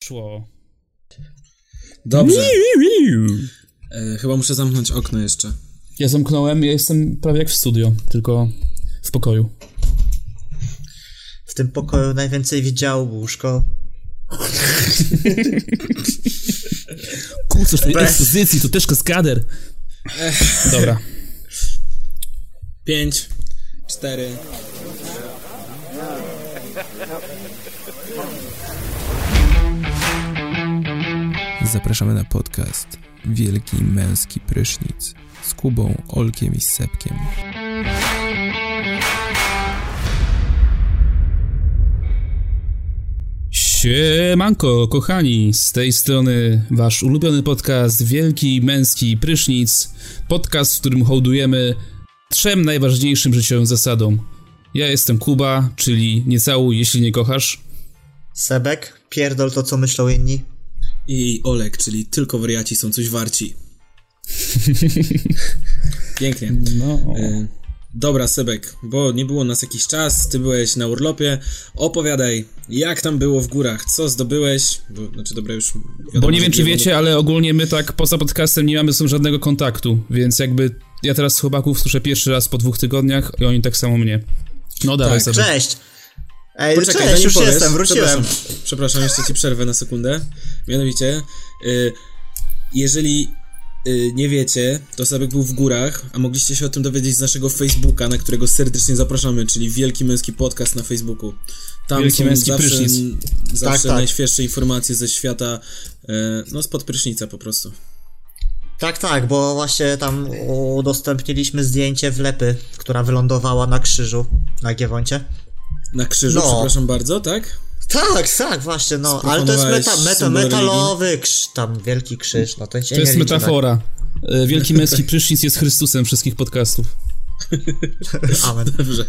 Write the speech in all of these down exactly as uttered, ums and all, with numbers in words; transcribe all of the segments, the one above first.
Poszło. Dobrze. E, chyba muszę zamknąć okno jeszcze. Ja zamknąłem, ja jestem prawie jak w studio, tylko w pokoju. W tym pokoju najwięcej widział łóżko. Kurczę, tej ekspozycji, to też kaskader. Dobra. Pięć, cztery. Zapraszamy na podcast Wielki Męski Prysznic z Kubą, Olkiem i Sepkiem. Siemanko, kochani, z tej strony wasz ulubiony podcast Wielki Męski Prysznic. Podcast, w którym hołdujemy trzem najważniejszym życiowym zasadom. Ja jestem Kuba, czyli nie całuj, jeśli nie kochasz. Sebek, pierdol to, co myślą inni. I Olek, czyli tylko wariaci są coś warci. Pięknie. No. E, dobra, Sebek, bo nie było nas jakiś czas, ty byłeś na urlopie. Opowiadaj, jak tam było w górach, co zdobyłeś? Bo, znaczy, dobra, już wiadomo, Bo nie wiem, czy wiadomo, wiecie, ale ogólnie my tak poza podcastem nie mamy z tym żadnego kontaktu, więc jakby ja teraz chłopaków słyszę pierwszy raz po dwóch tygodniach i oni tak samo mnie. No dawaj Tak, sobie. Cześć! Ej, Poczekaj, cześć, zanim już powiesz, jestem, wróciłem. Przepraszam, przepraszam, jeszcze ci przerwę na sekundę. Mianowicie, y, jeżeli y, nie wiecie, to Sebek był w górach, a mogliście się o tym dowiedzieć z naszego Facebooka, na którego serdecznie zapraszamy, czyli Wielki Męski Podcast na Facebooku. Tam Wielki są Męski zawsze, Prysznic. zawsze Tak, tak. najświeższe informacje ze świata, y, no spod prysznica po prostu. Tak, tak, bo właśnie tam udostępniliśmy zdjęcie wlepy, która wylądowała na krzyżu, na Giewoncie. Na krzyżu, No. przepraszam bardzo, tak? Tak, tak, właśnie, no, ale to jest Sprofanowałeś meta, meta, symbol metalowy krzyż, tam wielki krzyż, no to się To nie jest liczy, metafora. E, Wielki Męski Prysznic jest Chrystusem wszystkich podcastów. Tak. Amen. Dobrze.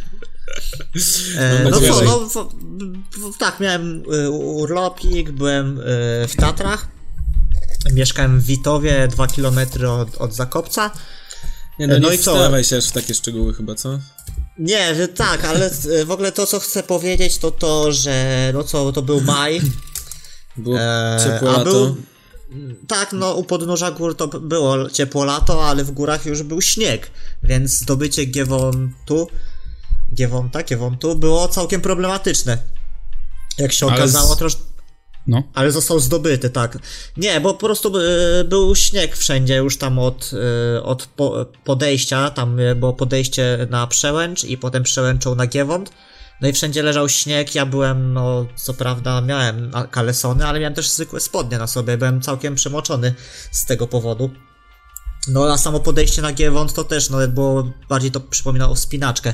E, no co, opowiadaj. no, w, w, tak, miałem y, urlopik, byłem y, w Tatrach, mieszkałem w Witowie, dwa kilometry od, od Zakopca. Nie, no, No nie i co? wstawaj się aż w takie szczegóły chyba, co? Nie, że tak, ale y, w ogóle to, co chcę powiedzieć, to to, że no co, to był maj. Było E, ciepłe a lato. był- Tak, no u podnóża gór to było ciepło lato, ale w górach już był śnieg, więc zdobycie Giewontu, Giewonta, Giewontu było całkiem problematyczne. Jak się Ale okazało, z- troszkę. No. Ale został zdobyty, tak. Nie, bo po prostu y, był śnieg wszędzie już tam od, y, od po, podejścia, tam y, było podejście na Przełęcz i potem Przełęczą na Giewont. No i wszędzie leżał śnieg, ja byłem, no co prawda miałem a- kalesony, ale miałem też zwykłe spodnie na sobie, byłem całkiem przemoczony z tego powodu. No a samo podejście na Giewont to też, no było, bardziej to przypominało wspinaczkę.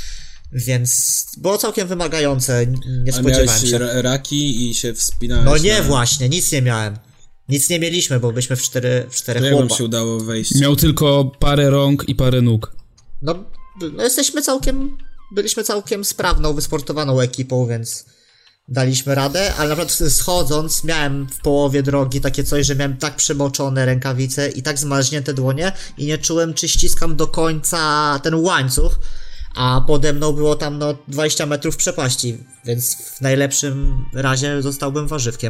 Więc było całkiem wymagające, nie A spodziewałem miałeś się. ra- raki i się wspinałeś. No nie, na... właśnie, nic nie miałem. Nic nie mieliśmy, bo byliśmy w cztery, w To czterech jak wam chłopa. się udało wejść? Miał tylko parę rąk i parę nóg. No, no jesteśmy całkiem, byliśmy całkiem sprawną, wysportowaną ekipą, więc daliśmy radę, ale naprawdę schodząc miałem w połowie drogi takie coś, że miałem tak przemoczone rękawice i tak zmarznięte dłonie i nie czułem, czy ściskam do końca ten łańcuch, a pode mną było tam no dwadzieścia metrów przepaści, więc w najlepszym razie zostałbym warzywkiem.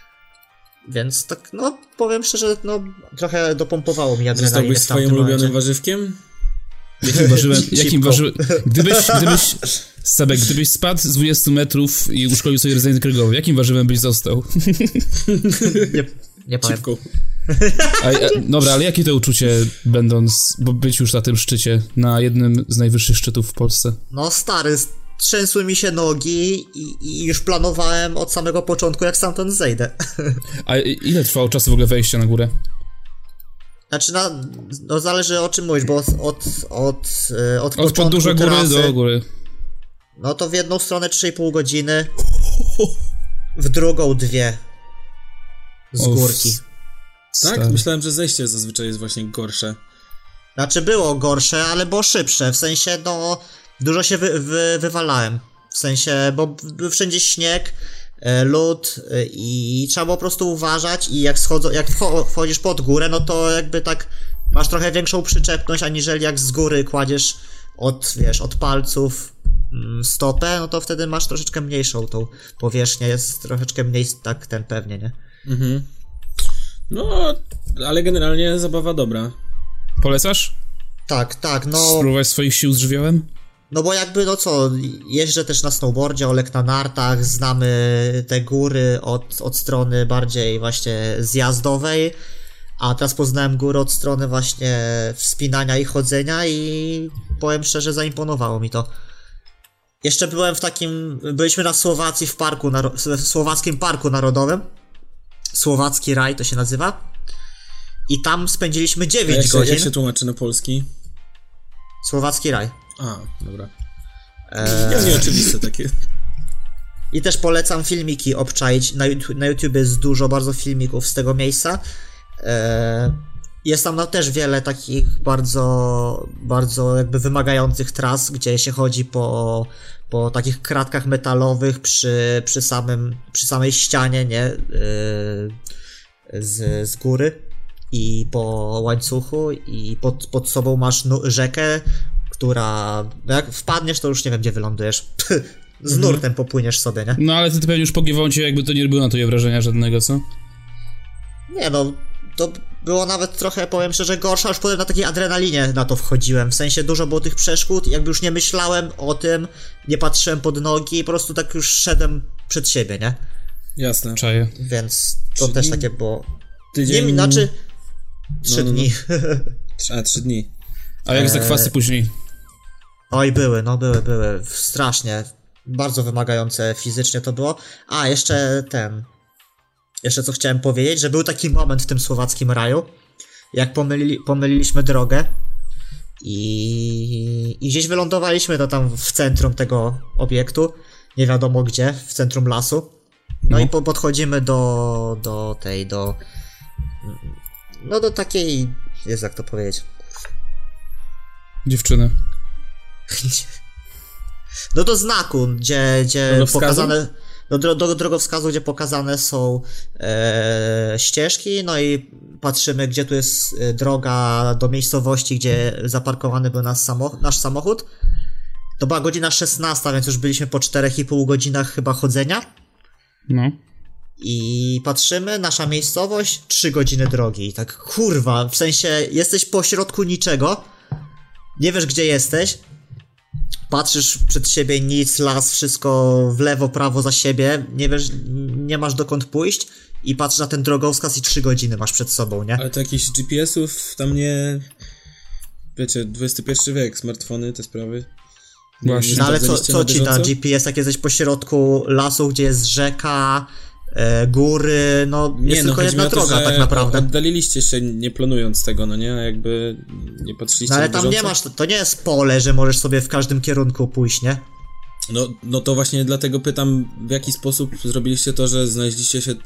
Więc tak, no powiem szczerze, no trochę dopompowało mi adrenalinę Zostałbyś w swoim tamtym ulubionym momencie. warzywkiem? Jakim ważyłem, jakim Szybko. ważyłem, gdybyś, gdybyś, Sebek, gdybyś spadł z dwudziestu metrów i uszkodził sobie rdzeń kręgowy, jakim warzywem byś został? Nie, nie powiem. Cipką. A, a, dobra, ale jakie to uczucie, będąc, bo być już na tym szczycie, na jednym z najwyższych szczytów w Polsce? No stary, trzęsły mi się nogi i, i już planowałem od samego początku, jak stamtąd zejdę. A ile trwało czasu w ogóle wejścia na górę? Znaczy, na, no zależy o czym mówisz, bo od, od, od, e, od Od początku podnóża góry trasy, do góry. no to w jedną stronę trzy i pół godziny, w drugą dwie. Z O, górki. Tak? Stary. Myślałem, że zejście zazwyczaj jest właśnie gorsze. Znaczy było gorsze, ale było szybsze, w sensie no dużo się wy, wy, wywalałem. W sensie, bo był wszędzie śnieg, e, lód e, i trzeba było po prostu uważać i jak schodzą, jak wcho- wchodzisz pod górę, no to jakby tak masz trochę większą przyczepność, aniżeli jak z góry kładziesz od, wiesz, od palców stopę, no to wtedy masz troszeczkę mniejszą tą powierzchnię, jest troszeczkę mniej tak ten pewnie, nie? Mhm. No, ale generalnie zabawa dobra. Polecasz? Tak, tak, no... Spróbować swoich sił z żywiołem? No bo jakby, no co, jeżdżę też na snowboardzie, Olek na nartach, znamy te góry od, od strony bardziej właśnie zjazdowej, a teraz poznałem góry od strony właśnie wspinania i chodzenia i powiem szczerze, zaimponowało mi to. Jeszcze byłem w takim, byliśmy na Słowacji w parku, w Słowackim Parku Narodowym, Słowacki Raj to się nazywa, i tam spędziliśmy dziewięć jak się, godzin. Jak się tłumaczy na polski? Słowacki Raj. A, dobra. Eee... Jest nieoczywiste takie. I też polecam filmiki obczaić. Na, YouTube, na YouTube jest dużo bardzo filmików z tego miejsca. Eee, jest tam no, też wiele takich bardzo, bardzo jakby wymagających tras, gdzie się chodzi po, po takich kratkach metalowych przy, przy, samym, przy samej ścianie, nie? Eee, z, z góry i po łańcuchu i pod, pod sobą masz no, rzekę, która, jak wpadniesz, to już nie wiem, gdzie wylądujesz. Z mhm. nurtem popłyniesz sobie, nie? No ale ty pewnie już po Giewoncie jakby to nie było na to wrażenia żadnego, co? Nie no, to było nawet trochę, powiem szczerze, gorsza, już potem na takiej adrenalinie na to wchodziłem, w sensie dużo było tych przeszkód, jakby już nie myślałem o tym, nie patrzyłem pod nogi, po prostu tak już szedłem przed siebie, nie? Jasne. Czaję. Więc to Trzy też dni? takie było... Tydzień... Nie, znaczy... Trzy no, no, no. dni. A, trzy dni. A jak zakwasy później? Oj, były, no były, były. Strasznie. Bardzo wymagające fizycznie to było. A, jeszcze ten... Jeszcze co chciałem powiedzieć, że był taki moment w tym Słowackim Raju, jak pomylili, pomyliliśmy drogę i, i gdzieś wylądowaliśmy to tam w centrum tego obiektu, nie wiadomo gdzie, w centrum lasu. No, no. i po, podchodzimy do, do tej, do... No do takiej... Jest jak to powiedzieć... Dziewczyny. No do znaku, gdzie, gdzie Drogowskazu? pokazane... Do, do, do drogowskazu, gdzie pokazane są e, ścieżki, no i patrzymy, gdzie tu jest droga do miejscowości, gdzie zaparkowany był nasz, samoch- nasz samochód. To była godzina szesnasta, więc już byliśmy po czterech i pół godzinach chyba chodzenia. No. I patrzymy, nasza miejscowość, trzy godziny drogi. I tak, kurwa, w sensie jesteś pośrodku niczego, nie wiesz gdzie jesteś, patrzysz przed siebie, nic, las, wszystko w lewo, prawo za siebie, nie wiesz, nie masz dokąd pójść i patrzysz na ten drogowskaz i trzy godziny masz przed sobą, nie? Ale to jakichś G P S-ów tam nie... Wiecie, dwudziesty pierwszy wiek, smartfony, te sprawy. Nie, Właśnie. nie No ale co, sprawdzaliście co na ci da bieżąco? G P S, jak jesteś pośrodku lasu, gdzie jest rzeka, e, góry, no Nie, jest no, tylko chodzi mi jedna o to, droga że tak naprawdę. Oddaliliście się nie planując tego, no nie? A jakby nie patrzyliście No ale na tam bieżąco? nie masz, to nie jest pole, że możesz sobie w każdym kierunku pójść, nie? No, no to właśnie dlatego pytam, w jaki sposób zrobiliście to, że znaleźliście się...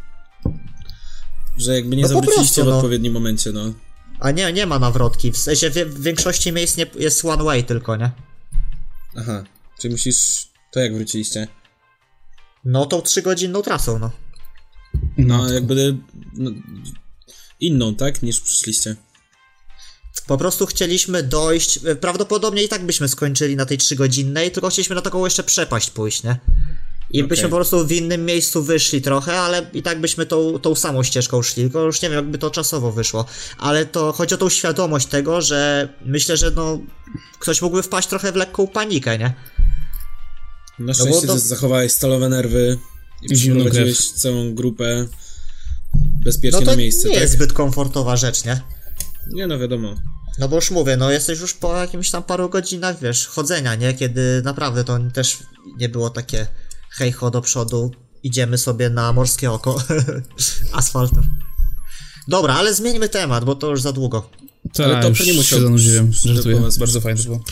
Że jakby nie No po zawróciliście prostu, w no. odpowiednim momencie, no. A nie, nie ma nawrotki, w sensie w, w większości miejsc nie, jest one way tylko, nie? Aha, czyli musisz... To jak wróciliście? No tą trzygodzinną trasą, no. No, jakby... No, inną, tak? Niż przyszliście. Po prostu chcieliśmy dojść, prawdopodobnie i tak byśmy skończyli na tej trzygodzinnej, tylko chcieliśmy na taką jeszcze przepaść pójść, nie? I Okay. byśmy po prostu w innym miejscu wyszli trochę, ale i tak byśmy tą, tą samą ścieżką szli, tylko już nie wiem, jakby to czasowo wyszło. Ale to chodzi o tą świadomość tego, że myślę, że no ktoś mógłby wpaść trochę w lekką panikę, nie? Na szczęście to... ty zachowałeś stalowe nerwy i Zimną przyprowadziłeś całą grupę bezpiecznie No to na miejsce, nie tak? jest zbyt komfortowa rzecz, nie? Nie, no wiadomo. No bo już mówię, no jesteś już po jakimś tam paru godzinach, wiesz, chodzenia, nie? Kiedy naprawdę to też nie było takie hej ho do przodu, idziemy sobie na morskie oko asfaltem. Dobra, ale zmieńmy temat, bo to już za długo. Tak, Ale to już nie musiał- się zanudziłem, żeby żartuję, po was- bardzo fajnie to było.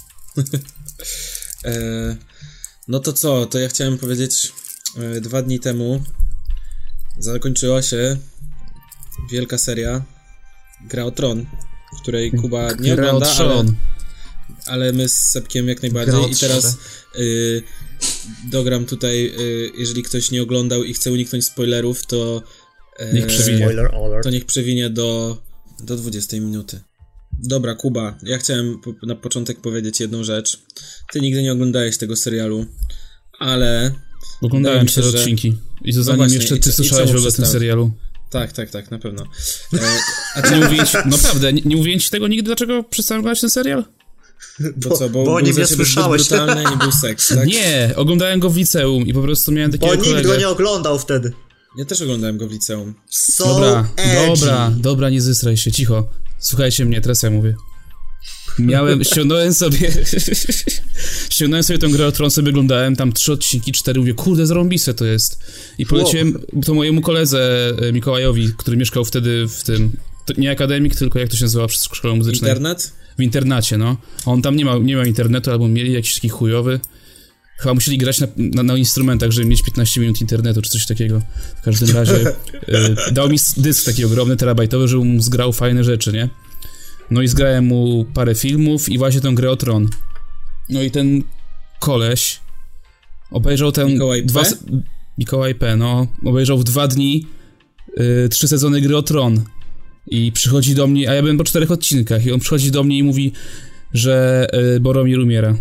E, no to co, to ja chciałem powiedzieć, e, dwa dni temu zakończyła się wielka seria Gra o Tron, w której Kuba nie Gra o ogląda, ale, Tron. ale my z Sepkiem jak najbardziej. Gra o I teraz y, dogram tutaj, y, jeżeli ktoś nie oglądał i chce uniknąć spoilerów, to y, Niech przewinie. Spoiler alert. to niech przewinie do, do dwudziestej minuty. Dobra, Kuba, ja chciałem po, na początek powiedzieć jedną rzecz. Ty nigdy nie oglądałeś tego serialu, ale... Oglądałem cztery że... odcinki. I to no zanim właśnie, jeszcze ty i, słyszałeś i w ogóle o tym serialu. Tak, tak, tak, na pewno. E, a ty nie mówiłem ci, naprawdę, nie, nie mówiłem ci tego nigdy, dlaczego przestałem oglądać ten serial? Bo co, bo, bo nie słyszałeś. Brutalny, nie był seks, tak? Nie, oglądałem go w liceum i po prostu miałem takiego Bo nikt go nie oglądał wtedy. Ja też oglądałem go w liceum. So dobra, edgy. dobra, dobra, nie zysraj się, cicho. Słuchajcie mnie, teraz ja mówię. Miałem, ściągnąłem sobie ściągnąłem sobie tę grę o Tron, sobie oglądałem tam trzy odcinki, cztery, mówię, kurde, zarąbiste to jest. I poleciłem wow. to mojemu koledze Mikołajowi, który mieszkał wtedy w tym, nie akademik, tylko jak to się nazywa przy szkole muzycznej. Internet? W internacie, no. A on tam nie ma, nie ma internetu, albo mieli jakiś taki chujowy. Chyba musieli grać na, na, na instrumentach, żeby mieć piętnaście minut internetu, czy coś takiego. W każdym razie y, dał mi dysk taki ogromny, terabajtowy, żeby mu zgrał fajne rzeczy, nie? No i zgrałem mu parę filmów i właśnie tę grę o Tron. No i ten koleś obejrzał ten... Mikołaj dwa, P? Mikołaj P, no. Obejrzał w dwa dni y, trzy sezony gry o Tron. I przychodzi do mnie, a ja byłem po czterech odcinkach, i on przychodzi do mnie i mówi, że y, Boromir umiera.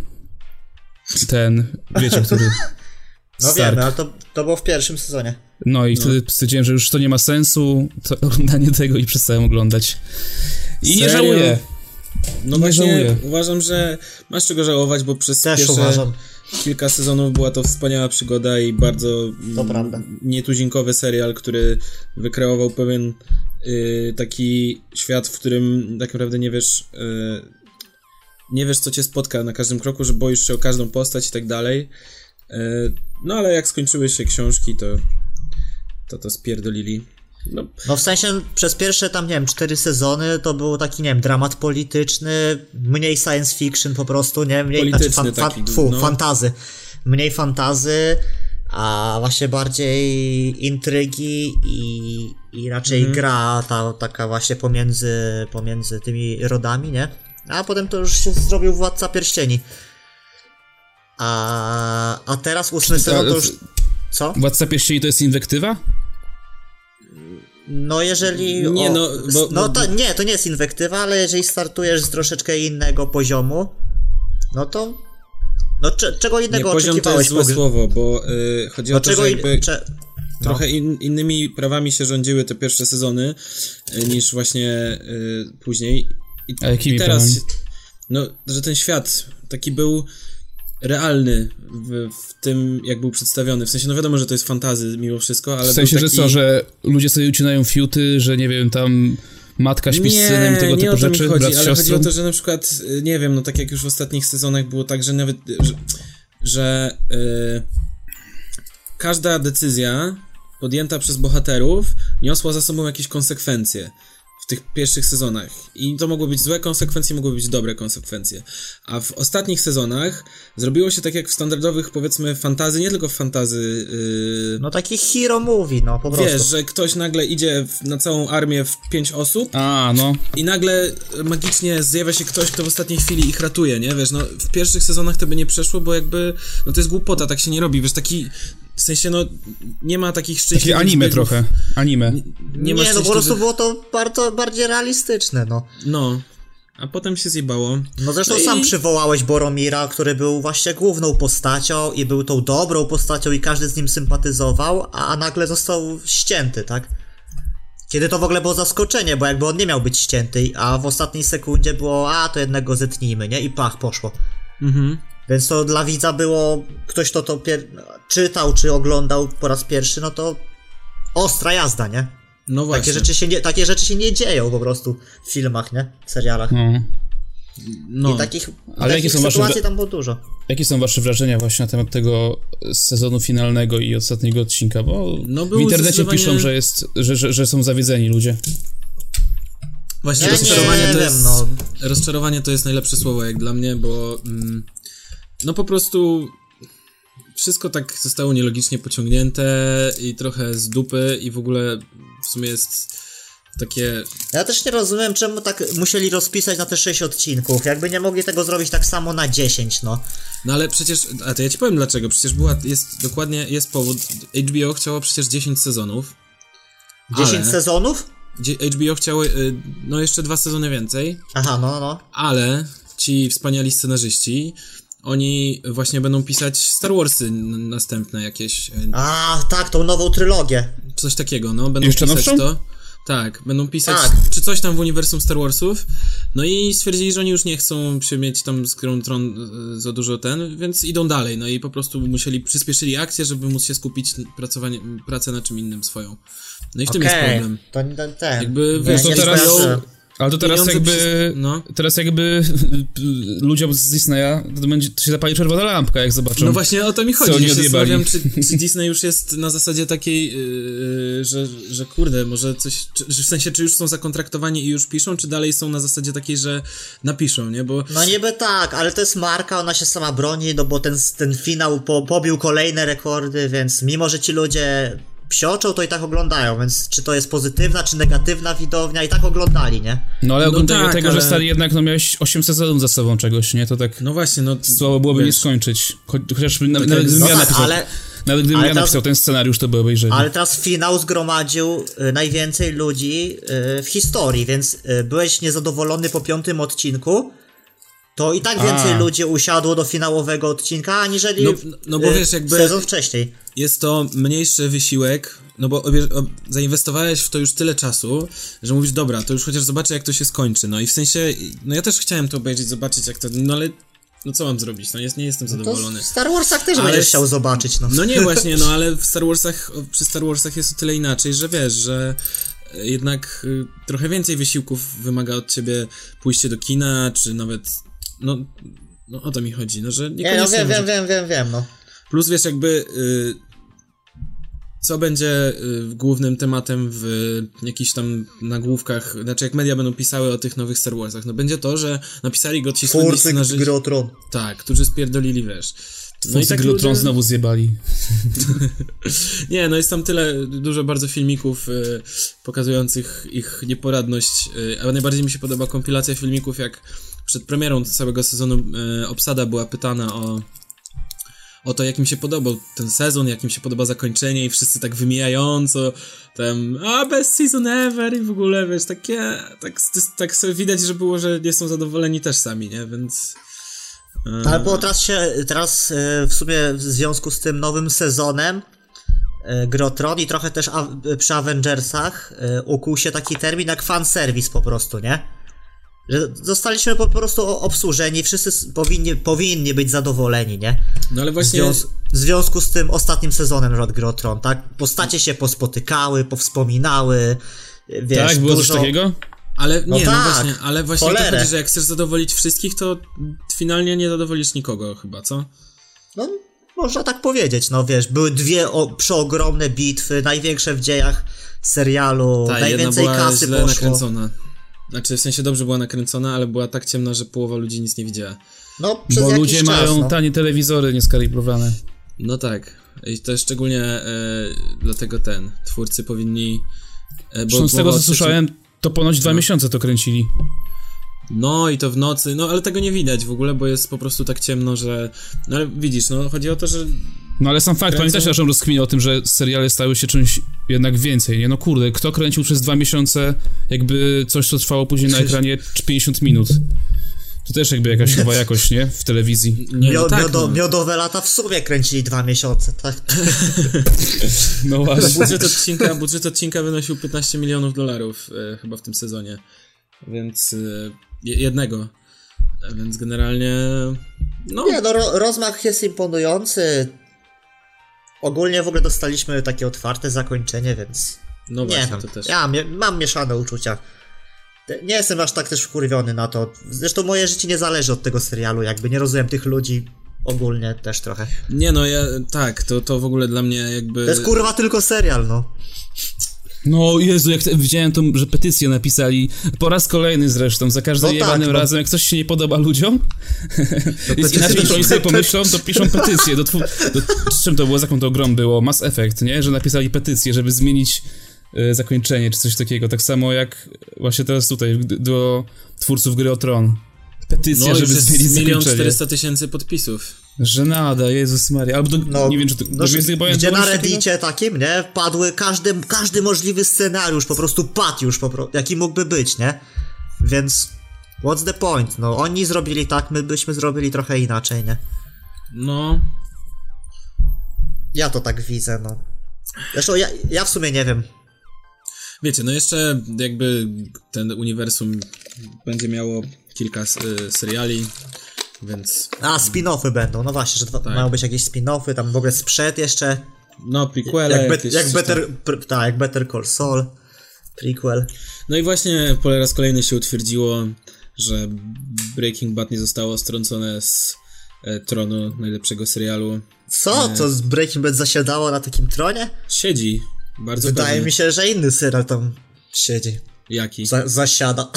Ten, wiecie, który... No Stark. wiemy, ale to, to było w pierwszym sezonie. No i no. wtedy stwierdziłem, że już to nie ma sensu, to oglądanie tego, i przestałem oglądać. I Serio? nie żałuję. No nie właśnie żałuję. Uważam, że masz czego żałować, bo przez Też pierwsze uważam. kilka sezonów była to wspaniała przygoda i bardzo to prawda. nietuzinkowy serial, który wykreował pewien y, taki świat, w którym tak naprawdę nie wiesz y, nie wiesz, co cię spotka na każdym kroku, że boisz się o każdą postać i tak dalej. Y, no ale jak skończyły się książki, to to, to spierdolili. No. no w sensie przez pierwsze tam, nie wiem, cztery sezony to był taki, nie wiem, dramat polityczny, mniej science fiction po prostu, nie? Mniej, polityczny znaczy, fan, taki, fu, no. fantazy. Mniej fantazy, a właśnie bardziej intrygi i, i raczej mhm. gra ta taka właśnie pomiędzy, pomiędzy tymi rodami, nie? A potem to już się zrobił Władca Pierścieni. A, a teraz ósmy sezon to już... Co? Władca Pierścieni to jest inwektywa? No jeżeli... Nie, o, no, bo, no bo, to, nie, to nie jest inwektywa, ale jeżeli startujesz z troszeczkę innego poziomu, no to... No cze, czego innego nie, poziom oczekiwałeś? To jest złe słowo, bo y, chodzi no o to, że jakby in, cze, no. trochę in, innymi prawami się rządziły te pierwsze sezony y, niż właśnie y, później. I, A jakimi i teraz, prawami? no, że ten świat taki był realny w, w tym, jak był przedstawiony. W sensie, no wiadomo, że to jest fantazy mimo wszystko, ale w sensie, był taki... że co, że ludzie sobie ucinają fiuty, że nie wiem, tam matka śpi z synem i tego nie typu o to rzeczy, mi chodzi, brat z ale siostrą? chodzi o to, że na przykład, nie wiem, no tak jak już w ostatnich sezonach było tak, że nawet, że, że yy, każda decyzja podjęta przez bohaterów niosła za sobą jakieś konsekwencje w tych pierwszych sezonach. I to mogły być złe konsekwencje, mogły być dobre konsekwencje. A w ostatnich sezonach zrobiło się tak jak w standardowych, powiedzmy, fantazy, nie tylko w fantazy... Yy, no taki hero movie, no po prostu. Wiesz, że ktoś nagle idzie w, na całą armię w pięć osób A, no. i nagle magicznie zjawia się ktoś, kto w ostatniej chwili ich ratuje, nie? Wiesz, no w pierwszych sezonach to by nie przeszło, bo jakby, no to jest głupota, tak się nie robi, wiesz, taki... W sensie, no, nie ma takich szczęśliwych... Takie anime zbiegów. trochę, anime. Nie, nie, nie no po prostu było to bardzo, bardziej realistyczne, no. No, a potem się zjebało. No zresztą no sam i... przywołałeś Boromira, który był właśnie główną postacią i był tą dobrą postacią i każdy z nim sympatyzował, a nagle został ścięty, tak? Kiedy to w ogóle było zaskoczenie, bo jakby on nie miał być ścięty, a w ostatniej sekundzie było, a to jednego zetnijmy, nie? I pach, poszło. Mhm. Więc to dla widza było, ktoś to to pier... czytał czy oglądał po raz pierwszy, no to ostra jazda, nie? No właśnie. Takie rzeczy się nie, takie rzeczy się nie dzieją po prostu w filmach, nie? W serialach. No. No. I takich, Ale takich jakie są sytuacji wasze... tam było dużo. Jakie są wasze wrażenia właśnie na temat tego sezonu finalnego i ostatniego odcinka? Bo no w internecie zdecydowanie... piszą, że, jest, że, że, że są zawiedzeni ludzie. Właśnie ja rozczarowanie nie to wiem, jest... no. Rozczarowanie to jest najlepsze słowo jak dla mnie, bo... Mm, no po prostu... Wszystko tak zostało nielogicznie pociągnięte i trochę z dupy i w ogóle w sumie jest takie... Ja też nie rozumiem, czemu tak musieli rozpisać na te sześć odcinków. Jakby nie mogli tego zrobić tak samo na dziesięć, no. No ale przecież... A to ja ci powiem dlaczego. Przecież była... Jest dokładnie... Jest powód. H B O chciało przecież dziesięć sezonów. dziesięć ale, sezonów? H B O chciało y, no jeszcze dwa sezony więcej. Aha, no, no. Ale ci wspaniali scenarzyści, oni właśnie będą pisać Star Warsy n- następne jakieś. A, tak, tą nową trylogię. Coś takiego, no. Będą Jeszcze pisać nowszą? to. Tak, będą pisać Tak. czy coś tam w uniwersum Star Warsów. No i stwierdzili, że oni już nie chcą się mieć tam z Grą Tron y, za dużo ten, więc idą dalej. No i po prostu musieli, przyspieszyli akcję, żeby móc się skupić na pracowanie, pracę na czym innym swoją. No i w tym jest Okej, problem. to nie ten, ten. Jakby, Nie, wiesz, to nie teraz- skojarzyłem. Ale to teraz Pieniądze jakby, przy- no. teraz jakby ludziom z Disneya to, będzie, to się zapali czerwona lampka, jak zobaczą. No właśnie o to mi co chodzi. oni Ja się odjebali. zastanawiam, czy, czy Disney już jest na zasadzie takiej, yy, że, że kurde, może coś, czy, że w sensie, czy już są zakontraktowani i już piszą, czy dalej są na zasadzie takiej, że napiszą, nie? Bo No niby tak, ale to jest marka, ona się sama broni, no bo ten, ten finał po, pobił kolejne rekordy, więc mimo, że ci ludzie psioczą, to i tak oglądają, więc czy to jest pozytywna, czy negatywna widownia, i tak oglądali, nie? No ale No ogólnie tak, tego, ale- że stali jednak, no miałeś osiem sezonów za sobą czegoś, nie? To tak no właśnie, no... słabo byłoby nie wiesz, skończyć. Cho- Chociaż nawet jak- gdybym No ja tak, napisał, ale, nawet gdybym ale ja teraz- napisał ten scenariusz, to by obejrzeli. ale teraz finał zgromadził y, najwięcej ludzi y, w historii, więc y, byłeś niezadowolony po piątym odcinku, to i tak więcej A. ludzi usiadło do finałowego odcinka, aniżeli No- no bo y, wiesz, jakby- sezon wcześniej. Jest to mniejszy wysiłek, no bo obie- ob- zainwestowałeś w to już tyle czasu, że mówisz, dobra, to już chociaż zobaczę, jak to się skończy. No i w sensie, no ja też chciałem to obejrzeć, zobaczyć, jak to, no ale no co mam zrobić, no jest, nie jestem To zadowolony. w Star Warsach też Ale będziesz s- chciał zobaczyć, no. No nie właśnie, no ale w Star Warsach, przy Star Warsach jest o tyle inaczej, że wiesz, że jednak y, trochę więcej wysiłków wymaga od ciebie pójście do kina, czy nawet, no, no o to mi chodzi, no że Nie, niekoniecznie no wiem, może... wiem, wiem, wiem, wiem, no. Plus wiesz, jakby y, co będzie y, głównym tematem w jakichś tam nagłówkach, znaczy jak media będą pisały o tych nowych Star Warsach, no będzie to, że napisali go ci słynni Twórcy scenarzyści, Gry o Tron. tak, którzy spierdolili, wiesz. No i tak ludzie... ludzie- znowu zjebali. Nie, no jest tam tyle, dużo bardzo filmików y, pokazujących ich nieporadność, y, a najbardziej mi się podoba kompilacja filmików, jak przed premierą całego sezonu y, obsada była pytana o o to, jak im się podobał ten sezon, jak im się podoba zakończenie i wszyscy tak wymijająco tam, a best season ever i w ogóle, wiesz, takie, tak, tak sobie widać, że było, że nie są zadowoleni też sami, nie, więc... e, Ale bo teraz się, teraz e, w sumie w związku z tym nowym sezonem e, Gry o Tron i trochę też a, przy Avengersach e, ukuł się taki termin jak fanservice po prostu, nie? Że zostaliśmy po prostu obsłużeni, wszyscy s- powinni, powinni być zadowoleni, nie? No ale W, właśnie... związ- w związku z tym ostatnim sezonem od Gry o Tron, tak? Postacie się pospotykały, powspominały, wiesz, tak, było dużo... coś takiego? Ale No nie, no, tak, właśnie, ale właśnie o to cholerę. chodzi, że jak chcesz zadowolić wszystkich, to finalnie nie zadowolisz nikogo chyba, co? No, można tak powiedzieć, no wiesz, były dwie o, przeogromne bitwy, największe w dziejach serialu, Ta, jedna najwięcej była kasy źle poszło. nakręcona. Znaczy, w sensie dobrze była nakręcona, ale była tak ciemna, że połowa ludzi nic nie widziała. No, przez Bo jakiś ludzie czas, mają no. tanie telewizory nieskalibrowane. No tak. I to jest szczególnie e, dlatego ten, twórcy powinni... E, bo Zresztą z tego, mowa co o trzecim- słyszałem, to ponoć dwa No. miesiące to kręcili. No i to w nocy, no ale tego nie widać w ogóle, bo jest po prostu tak ciemno, że... No ale widzisz, no chodzi o to, że... No ale sam fakt, Kręcą- pamiętasz naszą rozkminę o tym, że seriale stały się czymś jednak więcej, nie? No kurde, kto kręcił przez dwa miesiące jakby coś, co trwało później na ekranie pięćdziesiąt minut? To też jakby jakaś chyba jakość, nie? W telewizji. Nie, Mio, no tak, miodo, no. Miodowe lata w sumie kręcili dwa miesiące, tak? No właśnie. Budżet odcinka, budżet odcinka wynosił piętnaście milionów dolarów e, chyba w tym sezonie, więc e, je- jednego, E, więc generalnie no, Nie, no ro, rozmach jest imponujący. Ogólnie w ogóle dostaliśmy takie otwarte zakończenie, więc no nie właśnie, wiem, to też. ja mie- mam mieszane uczucia. Nie jestem aż tak też wkurwiony na to. Zresztą moje życie nie zależy od tego serialu, jakby nie rozumiem tych ludzi ogólnie też trochę. Nie no, ja, tak, to, to w ogóle dla mnie jakby... To jest kurwa tylko serial, no. No Jezu, jak te, widziałem tą, że petycję napisali, po raz kolejny zresztą, za każdym No tak, jebanym no. razem, jak coś się nie podoba ludziom, jest petycje inaczej, piszą. to oni sobie pomyślą, to piszą petycję. Do, twu- do, z czym to było, z jaką to grą było? Mass Effect, nie? Że napisali petycję, żeby zmienić e, zakończenie, czy coś takiego. Tak samo jak właśnie teraz tutaj, d- do twórców Gry o Tron. Petycja, No i żeby przez zmienić milion zakończenie. czterysta tysięcy podpisów. Żenada, Jezus Maria. Albo do, No, nie wiem, czy to, no, do Gwiezdnych Wojen gdzie było na coś takiego? Reddicie takim, nie, padły każdy, każdy możliwy scenariusz, po prostu padł już, po prostu, jaki mógłby być, nie? Więc what's the point? No, oni zrobili tak, my byśmy zrobili trochę inaczej, nie? No, Ja to tak widzę, no. Zresztą ja, ja w sumie nie wiem. wiecie, no jeszcze jakby ten uniwersum będzie miało kilka y, seriali, więc A, spin-offy będą, no właśnie, że dwa, Tak. mają być jakieś spin-offy, tam w ogóle sprzed jeszcze. no prequele Jak, be, jakieś jak, coś better, tam. pr, tak, jak Better Call Saul, prequel. No i właśnie po raz kolejny się utwierdziło, że Breaking Bad nie zostało strącone z e, tronu najlepszego serialu. Co? Nie. To z Breaking Bad zasiadało na takim tronie? Siedzi, bardzo Wydaje pewnie. mi się, że inny serial tam siedzi. Jaki? Za, zasiada.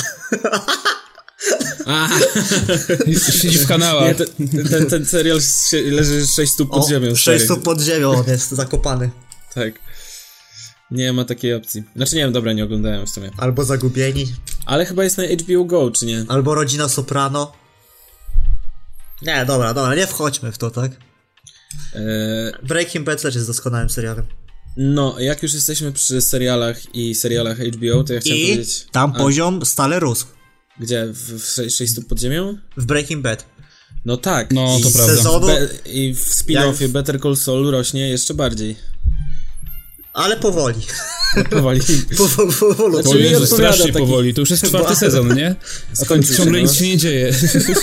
A, Siedzi w kanałach. nie, ten, ten, ten serial się, leży sześć stóp pod O, ziemią. sześć stary. stóp pod ziemią on jest zakopany. Tak. Nie ma takiej opcji. Znaczy nie wiem, dobra, nie oglądałem w sumie. Albo Zagubieni, Ale chyba jest na H B O Go, czy nie? albo Rodzina Soprano. Nie, dobra, dobra, nie wchodźmy w to, tak? E, Breaking Bad też jest doskonałym serialem. no, jak już jesteśmy przy serialach i serialach H B O, to ja chciałem I powiedzieć... tam A, poziom stale rósł. Gdzie? W, w sze- sześć stóp pod ziemią? W Breaking Bad. No tak. No, I to z prawda. sezonu- Be- I w spin-offie Jak- Better Call Saul rośnie jeszcze bardziej. Ale powoli. Powoli. Po, po, powolutku. O Znaczy, mi Jezu, odpowiada strasznie taki- powoli. To już jest czwarty sezon, nie? Skończył Ciągle się, nic no. się nie dzieje.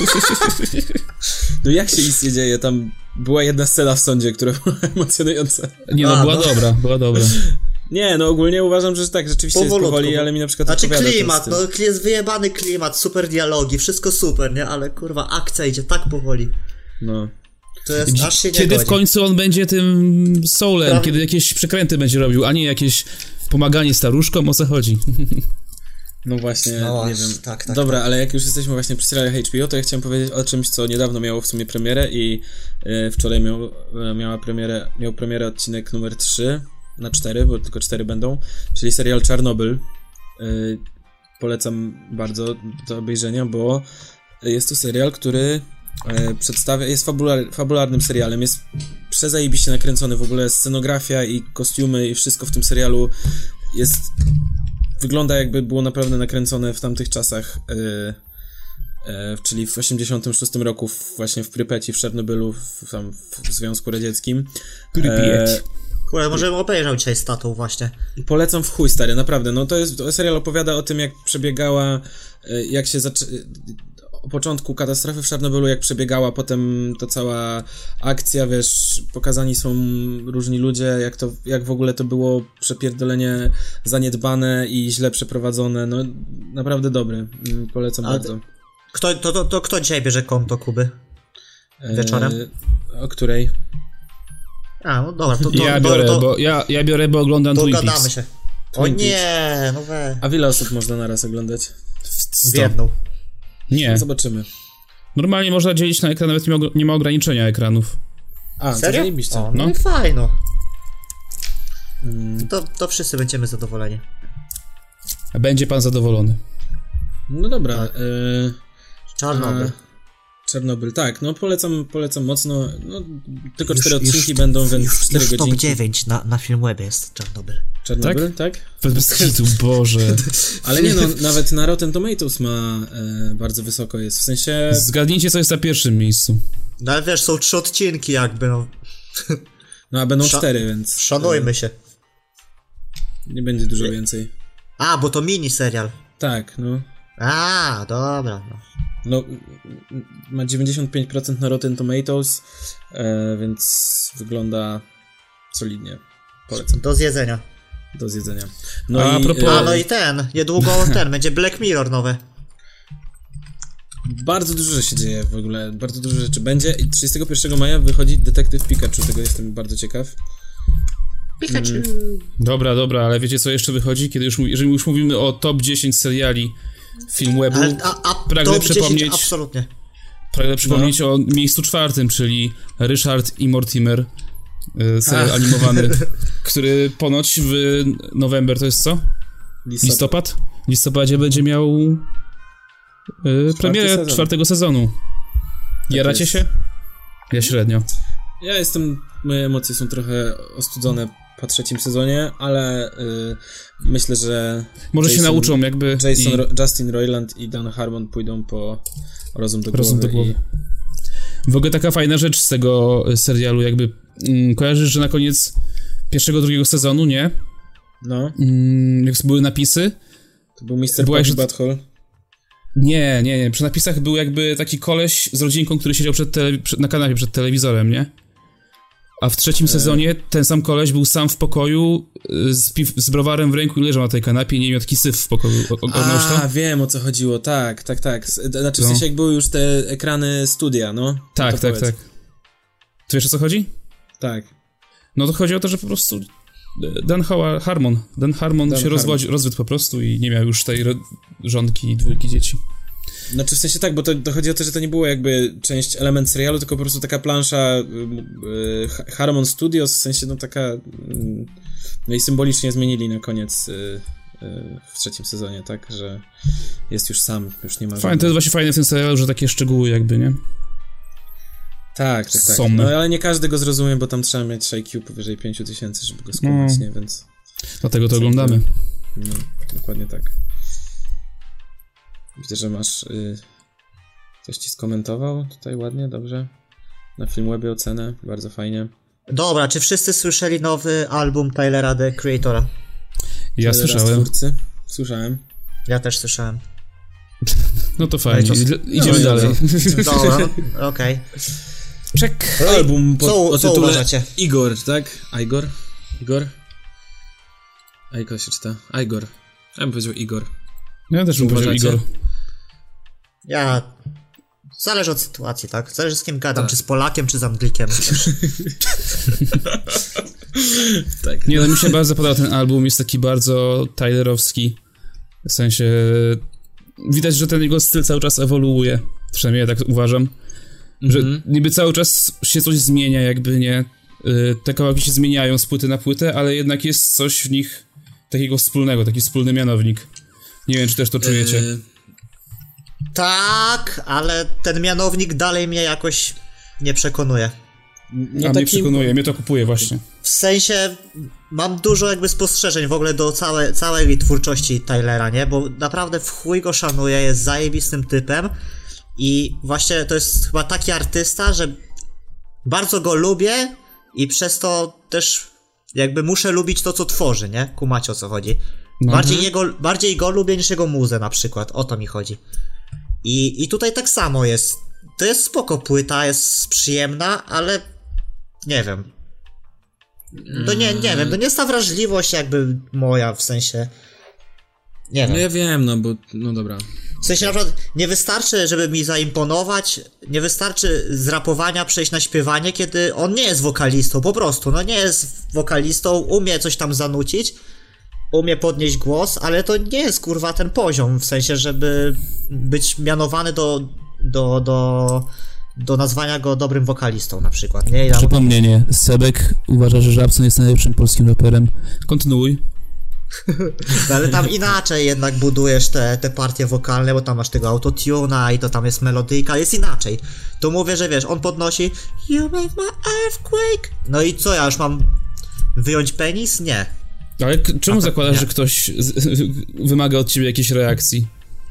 No jak się nic nie dzieje? Tam była jedna scena w sądzie, która była emocjonująca. Nie no, A, była no. dobra, była dobra. Nie, no ogólnie uważam, że tak, rzeczywiście jest Powolutku. powoli, ale mi na przykład Znaczy odpowiada ten klimat, styl. no jest wyjebany klimat, super dialogi, wszystko super, nie? Ale kurwa, akcja idzie tak powoli. No. To jest, aż się nie Kiedy w godzi. końcu on będzie tym soulem, Prawie- kiedy jakieś przekręty będzie robił, a nie jakieś pomaganie staruszkom, o co chodzi. No właśnie, No nie właśnie, wiem. tak, tak, Dobra, ale jak już jesteśmy właśnie przy serialach H B O, to ja chciałem powiedzieć o czymś, co niedawno miało w sumie premierę i e, wczoraj miał, e, miała premierę, miał premierę odcinek numer trzy na cztery, bo tylko cztery będą, czyli serial Czarnobyl. E, polecam bardzo do obejrzenia, bo jest to serial, który e, przedstawia, jest fabular, fabularnym serialem, jest przezajebiście nakręcony, w ogóle scenografia i kostiumy i wszystko w tym serialu jest... Wygląda jakby było naprawdę nakręcone w tamtych czasach, yy, yy, czyli w osiemdziesiątym szóstym roku w, właśnie w Prypeci, w Czarnobylu, w, tam w Związku Radzieckim. Prypieć. Kurde, może bym obejrzał dzisiaj z tatą właśnie. E, polecam w chuj, stary, naprawdę. No to jest, to serial opowiada o tym, jak przebiegała, yy, jak się zaczę... o początku katastrofy w Czarnobylu, jak przebiegała potem ta cała akcja, wiesz, pokazani są różni ludzie, jak to, jak w ogóle to było przepierdolenie zaniedbane i źle przeprowadzone, no naprawdę dobry, Mm, polecam Ale- bardzo. Kto, to, to, to kto dzisiaj bierze konto Kuby? Wieczorem? E, o której? A, no dobra, to, to, Ja to, biorę, to, bo, ja, ja biorę, bo oglądam to Twin gadamy Peaks. się. O Twin nie, no we. A wiele osób można naraz oglądać? W Sto. jedną. Nie. Zobaczymy. Normalnie można dzielić na ekran, nawet nie ma, nie ma ograniczenia ekranów. A, to Serio? zajebiście. O, no, No. i fajno. Mm, To, to wszyscy będziemy zadowoleni. A będzie pan zadowolony. no dobra. Tak. E, Czarnobyl. A, Czarnobyl, tak, no polecam, polecam mocno, no tylko cztery Już- odcinki już- będą, więc Już, cztery już top godzinki. dziewięć na, na Filmwebie jest Czarnobyl. Czarnobyl, tak? Bez kitu, Boże. Ale nie no, nawet na Rotten Tomatoes ma e, bardzo wysoko jest, w sensie, Zgadnijcie, co jest na pierwszym miejscu. No ale wiesz, są trzy odcinki jakby, no. no a będą Sza- cztery, więc Szanujmy się. e, nie będzie dużo więcej. A, bo to mini serial. Tak, no. A, dobra. No. No, m- ma dziewięćdziesiąt pięć procent na Rotten Tomatoes, e, więc wygląda solidnie. Polecam, Do zjedzenia. do zjedzenia. No A i, propos- A, e, no i ten, niedługo ten, będzie Black Mirror nowe. Bardzo dużo się dzieje w ogóle, bardzo dużo rzeczy będzie i trzydziestego pierwszego maja wychodzi Detektyw Pikachu, tego jestem bardzo ciekaw. Pikachu. Dobra, dobra, ale wiecie, co jeszcze wychodzi? Kiedy już, mówi- jeżeli już mówimy o top dziesięć seriali Filmwebu, Ale, a, a pragnę top dziesięć przypomnieć- absolutnie. pragnę przypomnieć o miejscu czwartym, czyli Richard i Mortimer, y, serial Ach. animowany, który ponoć w November, to jest co? Listopad? W listopadzie będzie miał y, premierę sezon. czwartego sezonu. Jaracie jest. się? Ja średnio. Ja jestem, moje emocje są trochę ostudzone po trzecim sezonie, ale y, myślę, że Może Jason, się nauczą jakby... Jason, i... Ro, Justin Roiland i Dan Harmon pójdą po rozum do rozum głowy. Do głowy. I... W ogóle taka fajna rzecz z tego serialu, jakby mm, kojarzysz, że na koniec pierwszego, drugiego sezonu, nie? No. Mm, jak były napisy. To był mister Była Poppy jeszcze... Butthole. Nie, nie, nie. Przy napisach był jakby taki koleś z rodzinką, który siedział przed tele... przed, na kanapie przed telewizorem, nie? A w trzecim e... sezonie ten sam koleś był sam w pokoju z, piw... z browarem w ręku i leżał na tej kanapie i nie miał taki syf w pokoju. Oglądałeś to? A, wiem o co chodziło, tak, tak, tak. Znaczy w no. sensie jak były już te ekrany studia, no. Tak, no tak, powiedz. tak. Tu wiesz o co chodzi? Tak. No to chodzi o to, że po prostu Dan Howard, Harmon, Dan Harmon Dan się Harmon. rozwodzi, rozwiódł po prostu i nie miał już tej ro... żonki i dwójki dzieci. Znaczy w sensie tak, bo to, to chodzi o to, że to nie było jakby część, element serialu, tylko po prostu taka plansza y, y, Harmon Studios, w sensie no taka y, no i symbolicznie zmienili na koniec y, y, w trzecim sezonie, tak, że jest już sam, już nie ma Fajne, żadnych... to jest właśnie fajne w tym serialu, że takie szczegóły jakby, nie? Tak, tak, tak. Somne. No ale nie każdy go zrozumie, bo tam trzeba mieć I Q powyżej pięć tysięcy, żeby go skumać, No. nie, więc... Dlatego to oglądamy. No, dokładnie tak. Widzę, że masz... Y, ktoś ci skomentował tutaj ładnie, dobrze? Na Filmwebie ocenę, bardzo fajnie. Dobra, czy wszyscy słyszeli nowy album Tylera, The Creatora? Ja Teraz słyszałem. Twórcy. Słyszałem. Ja też słyszałem. No to fajnie, No i co- idziemy no, dalej. Dobra, no, okej. Czek. Album po, Co- o co tytule uważacie? Igor, tak? Igor? Igor? Igor się czyta. Igor. Ja bym powiedział Igor. Ja też bym powiedział Uważacie? Igor. Ja... Zależy od sytuacji, tak? Zależy z kim gadam, Tak. czy z Polakiem, czy z Anglikiem. Tak. Nie, no mi się bardzo podoba ten album, jest taki bardzo Tylerowski. W sensie... Widać, że ten jego styl cały czas ewoluuje. Przynajmniej ja tak uważam. Że Mhm. niby cały czas się coś zmienia, jakby nie... Yy, te kawałki się zmieniają z płyty na płytę, ale jednak jest coś w nich takiego wspólnego, taki wspólny mianownik. Nie wiem, czy też to czujecie. E, Tak, ale ten mianownik dalej mnie jakoś nie przekonuje. no A taki... mnie przekonuje, mnie to kupuje właśnie. W sensie mam dużo jakby spostrzeżeń w ogóle do całe, całej twórczości Tylera, nie? Bo naprawdę w chuj go szanuję, jest zajebistym typem i właśnie to jest chyba taki artysta, że bardzo go lubię i przez to też jakby muszę lubić to, co tworzy, nie? Kumacie, o co chodzi. No. Bardziej, Mhm. jego, bardziej go lubię niż jego muzę na przykład, o to mi chodzi. I, I tutaj tak samo jest. To jest spoko płyta, jest przyjemna, ale nie wiem. To nie, nie wiem, to nie jest ta wrażliwość jakby moja, w sensie. Nie No wiem. ja wiem, no bo... No dobra. W sensie na przykład nie wystarczy, żeby mi zaimponować, nie wystarczy z rapowania przejść na śpiewanie, kiedy on nie jest wokalistą, po prostu, no nie jest wokalistą, umie coś tam zanucić, umie podnieść głos, ale to nie jest kurwa ten poziom, w sensie, żeby być mianowany do, do, do, do nazwania go dobrym wokalistą na przykład, nie? Ja Przypomnienie, Sebek uważa, że Żabson jest najlepszym polskim raperem. Kontynuuj. No, ale tam inaczej jednak budujesz te, te partie wokalne, bo tam masz tego autotuna i to tam jest melodyjka, jest inaczej. Tu mówię, że wiesz, on podnosi You make my earthquake. No i co, ja już mam wyjąć penis? Nie. Ale k- czemu A to- zakładasz, nie. że ktoś z- wymaga od ciebie jakiejś reakcji?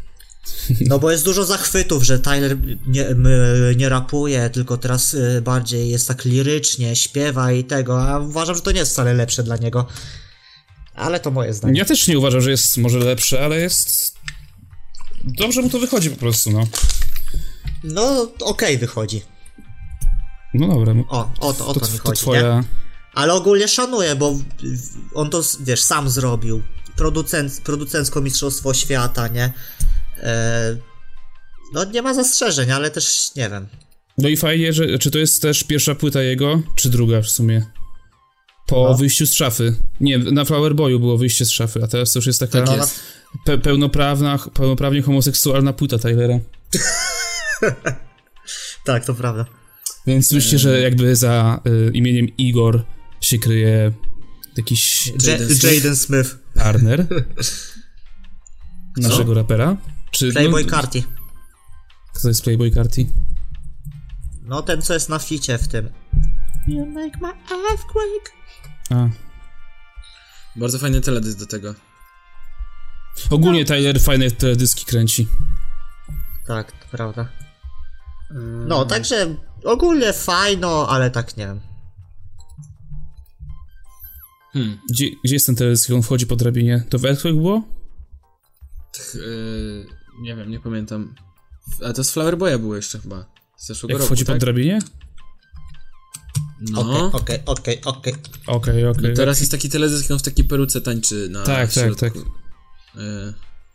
No bo jest dużo zachwytów, że Tyler nie, m, nie rapuje, tylko teraz y, bardziej jest tak lirycznie, śpiewa i tego, a uważam, że to nie jest wcale lepsze dla niego. Ale to moje zdanie. Ja też nie uważam, że jest może lepsze, ale jest... Dobrze mu to wychodzi po prostu, no. No okej, wychodzi. No dobra. O, o to, o to, To, mi to chodzi, twoja... nie? Ale ogólnie szanuję, bo w- on to, wiesz, sam zrobił. Producent, producencko mistrzostwo świata, nie? E, no nie ma zastrzeżeń, ale też nie wiem. No i fajnie, że czy to jest też pierwsza płyta jego, czy druga w sumie? Po No. wyjściu z szafy. Nie, na Flower Boyu było wyjście z szafy, a teraz to już jest taka No, na, pe- pełnoprawna, pełnoprawnie homoseksualna płyta Tylera. tak, to prawda. Więc myślę, że jakby za y, imieniem Igor się kryje jakiś Jaden Smith. Jaden Smith. partner naszego rapera. Czy, Playboy no, Carti. Kto jest Playboy Carti? No ten, co jest na ficie w tym. You make my earthquake. A. Bardzo fajny teledysk do tego. Ogólnie Tyler fajne teledyski kręci. Tak, to prawda. No, także ogólnie fajno, ale tak nie wiem. Hmm. Gdzie, gdzie jest ten teledysk, jak on wchodzi po drabinie? To w Earthquake było? Yy, nie wiem, nie pamiętam. A to z Flower Boya było jeszcze chyba. Z zeszłego Jak roku, wchodzi tak? po drabinie? No. Okej, okej, okej. Okej, okej. No teraz jest taki teledysk, jak on w takiej peruce tańczy na Tak, tak, tak. Yy.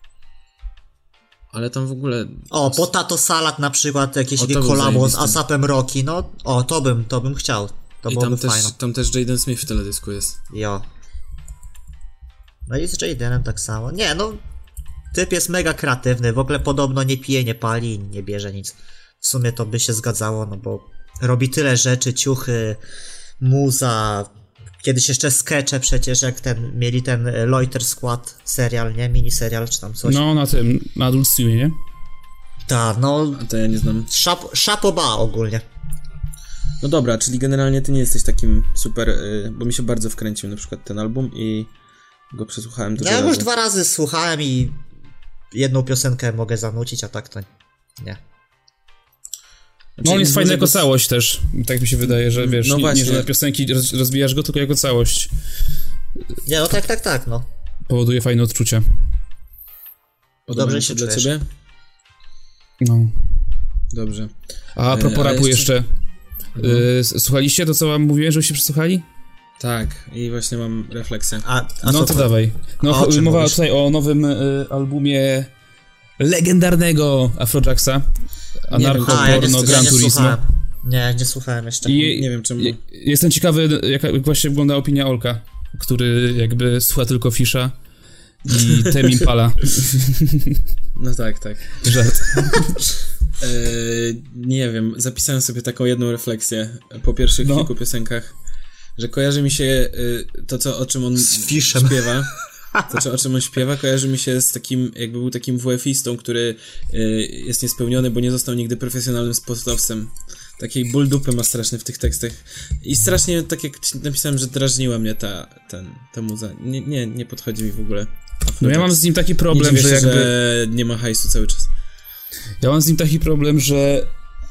Ale tam w ogóle... O, Potato Salad na przykład, jakieś O, to takie był kolabo z zajebisty. ASAPem Rocky, no, o, to bym, to bym chciał. To I byłoby tam fajne. też, tam też Jaden Smith w teledysku jest. Jo. No i z Jadenem tak samo. Nie, no, typ jest mega kreatywny, w ogóle podobno nie pije, nie pali, nie bierze nic. W sumie to by się zgadzało, no bo robi tyle rzeczy, ciuchy, muza, kiedyś jeszcze skecze przecież, jak ten, mieli ten Loiter Squad serial, nie? Miniserial czy tam coś. No, na tym, na Adult Swimie, nie? Tak, no, A to ja nie znam. szap, szapoba ogólnie. No dobra, czyli generalnie ty nie jesteś takim super, y, bo mi się bardzo wkręcił na przykład ten album i go przesłuchałem dużo Ja razy. już dwa razy słuchałem i jedną piosenkę mogę zanucić, a tak to nie. No on jest Znaczy, fajny może jako go- całość też. Tak mi się wydaje, że wiesz, No nie, nie właśnie. że na piosenki roz, rozbijasz go, tylko jako całość. Nie, no tak, tak, tak, no. Powoduje fajne odczucia. Podoba Dobrze mi się dla czujesz. ciebie? No. Dobrze. A a propos E, a rapu jeszcze- jeszcze. No. Y, słuchaliście to, co wam mówiłem, żebyście przesłuchali? Tak, i właśnie mam refleksję. A, a No co to dawaj. No, A o czym mowa mówisz? tutaj o nowym y, albumie legendarnego Afrojacksa. Anarcho A, ja nie, Porno ja Gran nie Turismo. słuchałem. Nie, nie słuchałem jeszcze. I Nie wiem czemu. je- jestem ciekawy, jak, jak właśnie wygląda opinia Olka, który jakby słucha tylko Fisza i Tame Impala. No tak, tak. Żart. E, nie wiem, zapisałem sobie taką jedną refleksję po pierwszych No. kilku piosenkach, że kojarzy mi się y, to, co, o czym on Z Fiszem. śpiewa. To, co, o czym on śpiewa, kojarzy mi się z takim, jakby był takim W F istą, który y, jest niespełniony, bo nie został nigdy profesjonalnym sportowcem. Takiej ból dupy ma straszny w tych tekstach. I strasznie, tak jak ci napisałem, że drażniła mnie ta, ten, ta muza. Nie, nie, nie podchodzi mi w ogóle. No ja mam z nim taki Nie problem, dziwię że się, jakby... że nie ma hajsu cały czas. Ja mam z nim taki problem, że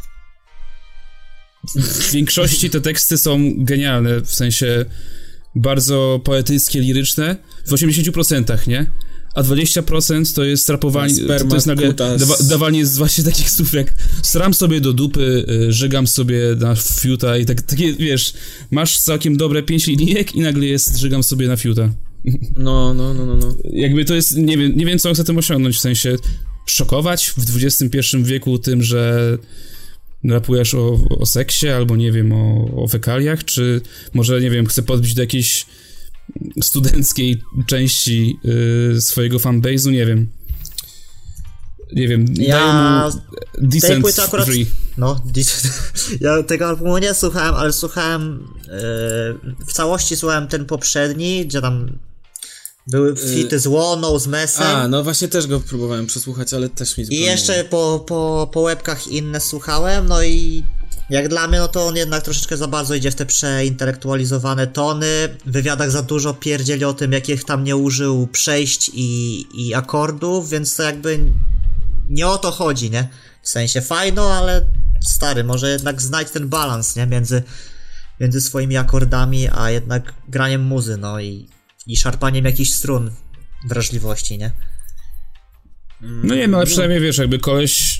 w większości te teksty są genialne, w sensie bardzo poetyckie, liryczne, w osiemdziesięciu procentach, nie? A dwadzieścia procent to jest rapowanie, to, Sperma, to jest nagle kutas. dawa, dawanie z właśnie takich słów jak sram sobie do dupy, y, żygam sobie na fiuta i tak, takie, wiesz, masz całkiem dobre pięć linijek i nagle jest żygam sobie na fiuta. No, no, no, no, no. Jakby to jest, nie wiem, nie wiem co on chce tym osiągnąć, w sensie szokować w dwudziestym pierwszym wieku tym, że rapujesz o, o seksie, albo nie wiem, o, o fekaliach, czy może, nie wiem, chce podbić do jakiejś studenckiej części y, swojego fanbase'u, nie wiem. Nie wiem, Ja daję mu tej decent płyty akurat- free. No, dis- ja tego albumu nie słuchałem, ale słuchałem yy, w całości słuchałem ten poprzedni, gdzie tam były fity z Łoną, z Mesem. A, no właśnie też go próbowałem przesłuchać, ale też mi I zupełnie... jeszcze po, po, po łebkach inne słuchałem, no i jak dla mnie, no to on jednak troszeczkę za bardzo idzie w te przeintelektualizowane tony. W wywiadach za dużo pierdzieli o tym, jakich tam nie użył przejść i, i akordów, więc to jakby nie o to chodzi, nie? W sensie fajno, ale stary, może jednak znajdź ten balans, nie? Między, między swoimi akordami, a jednak graniem muzy, no i, i szarpaniem jakichś strun wrażliwości, nie? No nie wiem, ale przynajmniej wiesz, jakby koleś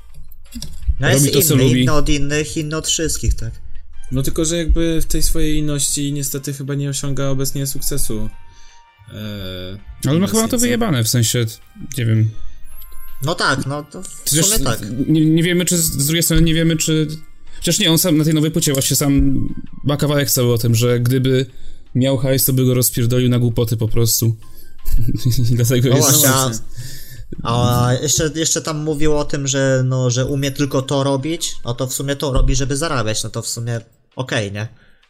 No robi jest to, co inny, lubi. inny od innych, inny od wszystkich, tak? No tylko, że jakby w tej swojej inności niestety chyba nie osiąga obecnie sukcesu. Eee, ale ma chyba na to co? wyjebane, w sensie, nie wiem. No tak, no to w Przecież sumie tak. nie, nie wiemy, czy z z drugiej strony nie wiemy, czy... Chociaż nie, on sam na tej nowej płycie właśnie sam ma kawałek cały o tym, że gdyby miał hajs, to by go rozpierdolił na głupoty po prostu. I dlatego No jest... właśnie, a, a jeszcze, jeszcze tam mówił o tym, że no, że umie tylko to robić, no to w sumie to robi, żeby zarabiać, no to w sumie okej, nie?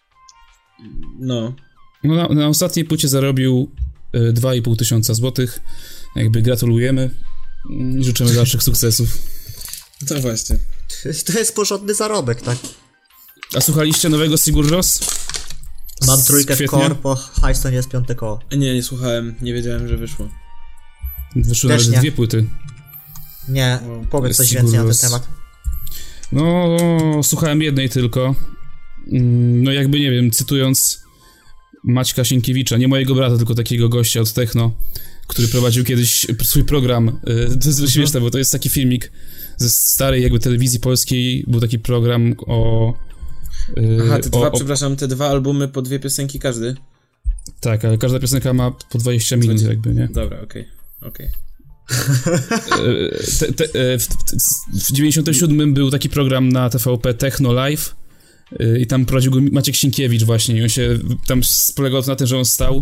No. No, na, na ostatniej płycie zarobił y, dwa i pół tysiąca złotych. Jakby gratulujemy i życzymy dalszych sukcesów. To właśnie. To jest porządny zarobek, tak? A słuchaliście nowego Sigur Rós? Mam trójkę w core, bo Heiston jest piąte koło. Nie, nie słuchałem, nie wiedziałem, że wyszło. Wyszły Też nawet nie. dwie płyty. Nie, powiedz coś Sigur więcej na Rós. ten temat. No, słuchałem jednej tylko. Mm, No jakby, nie wiem, cytując Maćka Sienkiewicza, nie mojego brata, tylko takiego gościa od Techno, który prowadził kiedyś swój program. Y, To jest uh-huh. śmieszne, bo to jest taki filmik ze starej jakby telewizji polskiej. Był taki program o... y, Aha, te dwa, o, o przepraszam, te dwa albumy po dwie piosenki każdy? Tak, ale każda piosenka ma po dwadzieścia minut jakby, nie? Dobra, okej, okay, okej. Okay. Te, te, w, w dziewięćdziesiątym siódmym był taki program na T V P Techno Live i tam prowadził go Maciek Sienkiewicz właśnie i on się tam polegał na tym, że on stał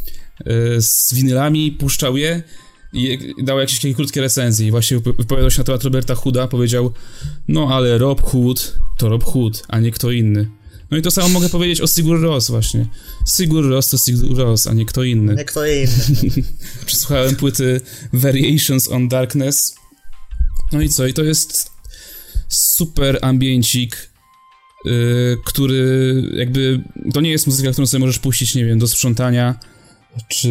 z winylami, puszczał je i dał jakieś takie krótkie recenzje i właśnie wypowiadał się na temat Roberta Hooda, powiedział, no ale Rob Hood to Rob Hood, a nie kto inny. No i to samo mogę powiedzieć o Sigur Rós właśnie. Sigur Rós to Sigur Rós, a nie kto inny. Nie kto inny. Przesłuchałem płyty Variations on Darkness. No i co? I to jest super ambiencik, yy, który jakby... To nie jest muzyka, którą sobie możesz puścić, nie wiem, do sprzątania, czy...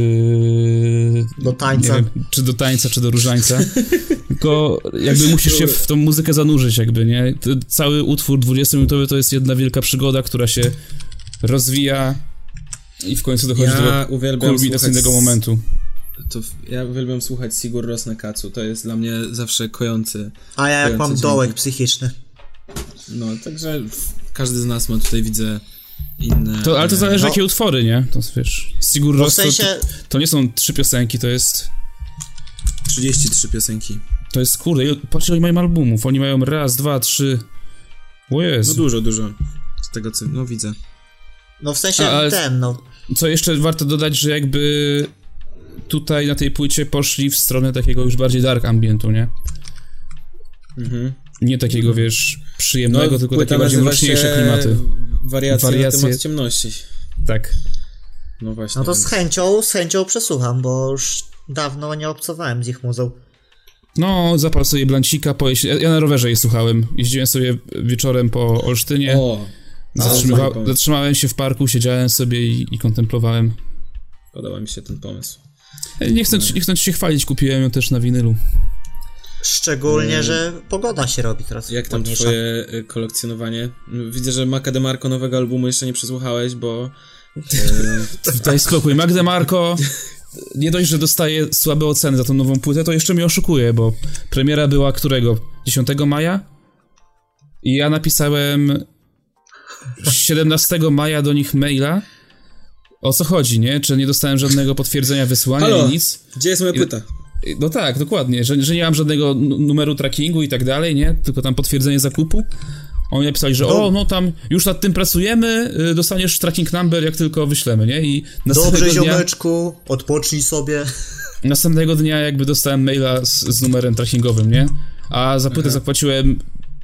Do tańca. Nie wiem, czy do tańca, czy do różańca. Tylko jakby musisz się w tą muzykę zanurzyć jakby, nie? To cały utwór dwudziestominutowy to jest jedna wielka przygoda, która się rozwija i w końcu dochodzi Ja do uwielbiam kulminacyjnego słuchać- momentu. To w- ja uwielbiam słuchać Sigur Rós na kacu, to jest dla mnie zawsze kojący. A ja jak mam kojący dołek dźwięki. psychiczny. No, także w- każdy z nas ma tutaj, widzę, inne... To, ale to zależy No. jakie utwory, nie? To wiesz, Sigur No w Rós sensie... to, to nie są trzy piosenki, to jest... trzydzieści trzy piosenki. To jest, kurde, ile- patrz ile oni mają albumów. Oni mają raz, dwa, trzy... O No Jezu. dużo, dużo. Z tego co, no widzę. No w sensie A, ale- ten, no... Co jeszcze warto dodać, że jakby tutaj na tej płycie poszli w stronę takiego już bardziej dark ambientu, nie? Mhm. Nie takiego, wiesz, przyjemnego, tylko płyta takie bardziej nazywa mroczniejsze się klimaty. Wariacje, Wariacje. na temat ciemności. Tak. No właśnie. No to z więc- chęcią, z chęcią przesłucham, bo już dawno nie obcowałem z ich muzą. No, zapal sobie blancika, pojeźdź... Ja, ja na rowerze je słuchałem. Jeździłem sobie wieczorem po Olsztynie. O, Zatrzyma... fajny pomysł. Zatrzymałem się w parku, siedziałem sobie i, i kontemplowałem. podoba mi się ten pomysł. Nie chcąc, nie chcąc się chwalić, kupiłem ją też na winylu. Szczególnie, Mm. że pogoda się robi teraz. Jak tam ładniejsza. twoje y, kolekcjonowanie? Widzę, że Maca DeMarco nowego albumu jeszcze nie przesłuchałeś, bo... y, Daj spokój, Magda Marco nie dość, że dostaje słabe oceny za tą nową płytę, to jeszcze mnie oszukuje, bo premiera była którego? dziesiątego maja? I ja napisałem siedemnastego maja do nich maila. O co chodzi, nie? Czy nie dostałem żadnego potwierdzenia wysłania, Halo, ani nic? gdzie jest moja płyta? No tak, dokładnie, że, że nie mam żadnego n- numeru trackingu i tak dalej, nie? Tylko tam potwierdzenie zakupu. Oni napisali, że No. o, no tam już nad tym pracujemy, y, dostaniesz tracking number, jak tylko wyślemy, nie? I następnego Dobrze, dnia, ziomeczku, odpocznij sobie. następnego dnia jakby dostałem maila z, z numerem trackingowym, nie? A za płytę Aha. zapłaciłem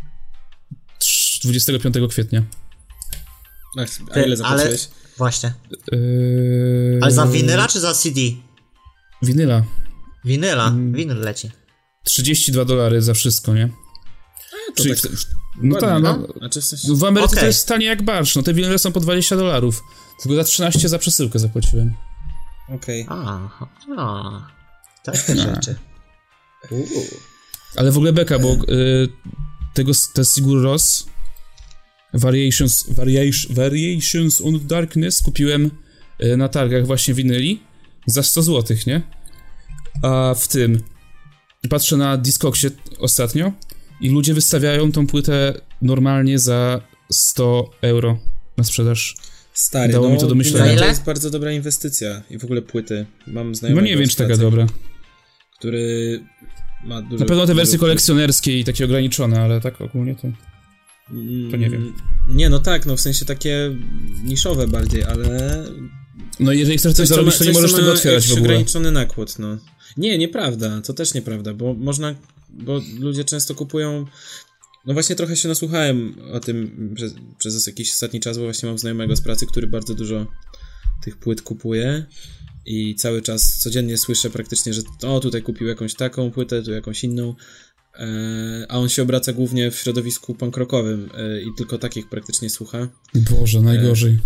trz- dwudziestego piątego kwietnia. Ach, a ile zapłaciłeś? Ale... Właśnie. Yy... Ale za winyla czy za C D? Winyla. Winyla, Mm. winyl leci. trzydzieści dwa dolary za wszystko, nie? To Czyli tak w- no ładnie, tak, no, Znaczy w sensie... no w Ameryce to Okej. jest tanie jak barsz, no te winyle są po dwadzieścia dolarów. Tylko za trzynaście za przesyłkę zapłaciłem. Okej. A, a, takie rzeczy. Uuu. Ale w ogóle beka, bo y, tego, te Sigur Rós Variations, variation, Variations on Darkness kupiłem y, na targach właśnie winyli za sto złotych, nie? A w tym patrzę na Discogsie ostatnio i ludzie wystawiają tą płytę normalnie za sto euro na sprzedaż. Stary, Dało no, mi to do myślenia. winyl Za to ile? jest bardzo dobra inwestycja. I w ogóle płyty. Mam No znajomego nie wiem, z czy taka pracy, dobra. który ma dużo... Na pewno te wersje dużo- kolekcjonerskie i takie ograniczone, ale tak ogólnie to... to nie wiem. Nie, no tak, no w sensie takie niszowe bardziej, ale... No jeżeli chcesz coś co zrobić, ma- to nie coś, co możesz ma tego otwierać jakiś w ogóle. ograniczony nakład, no. Nie, nieprawda, to też nieprawda, bo można, bo ludzie często kupują, no właśnie trochę się nasłuchałem o tym przez, przez jakiś ostatni czas, bo właśnie mam znajomego z pracy, który bardzo dużo tych płyt kupuje i cały czas codziennie słyszę praktycznie, że o, tutaj kupił jakąś taką płytę, tu jakąś inną, a on się obraca głównie w środowisku punk rockowym i tylko takich praktycznie słucha. Boże, najgorzej.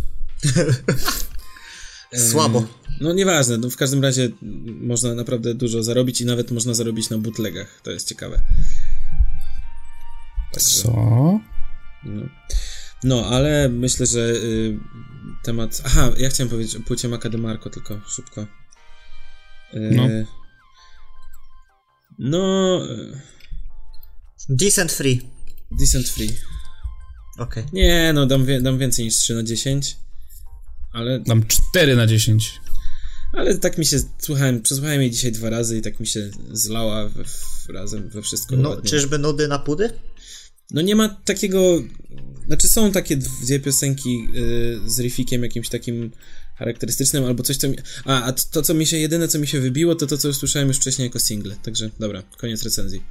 Słabo. No nieważne, no w każdym razie można naprawdę dużo zarobić i nawet można zarobić na bootlegach, to jest ciekawe. Także, co? No. no, ale myślę, że y, temat... Aha, ja chciałem powiedzieć o płycie Maca DeMarco, tylko szybko. Y, no. No... Decent free. Decent free. Okej. Okay. Nie, no dam, wie, dam więcej niż trzy na dziesięć. Ale... Dam cztery na dziesięć. Ale tak mi się... Słuchałem, przesłuchałem jej dzisiaj dwa razy i tak mi się zlała we, w, razem we wszystko. No, ładnie. czyżby nudy na pudy? No nie ma takiego... Znaczy są takie dwie piosenki yy, z riffikiem jakimś takim charakterystycznym, albo coś, co mi... A, a to, co mi się... Jedyne, co mi się wybiło, to to, co usłyszałem już wcześniej jako single. Także, dobra, koniec recenzji.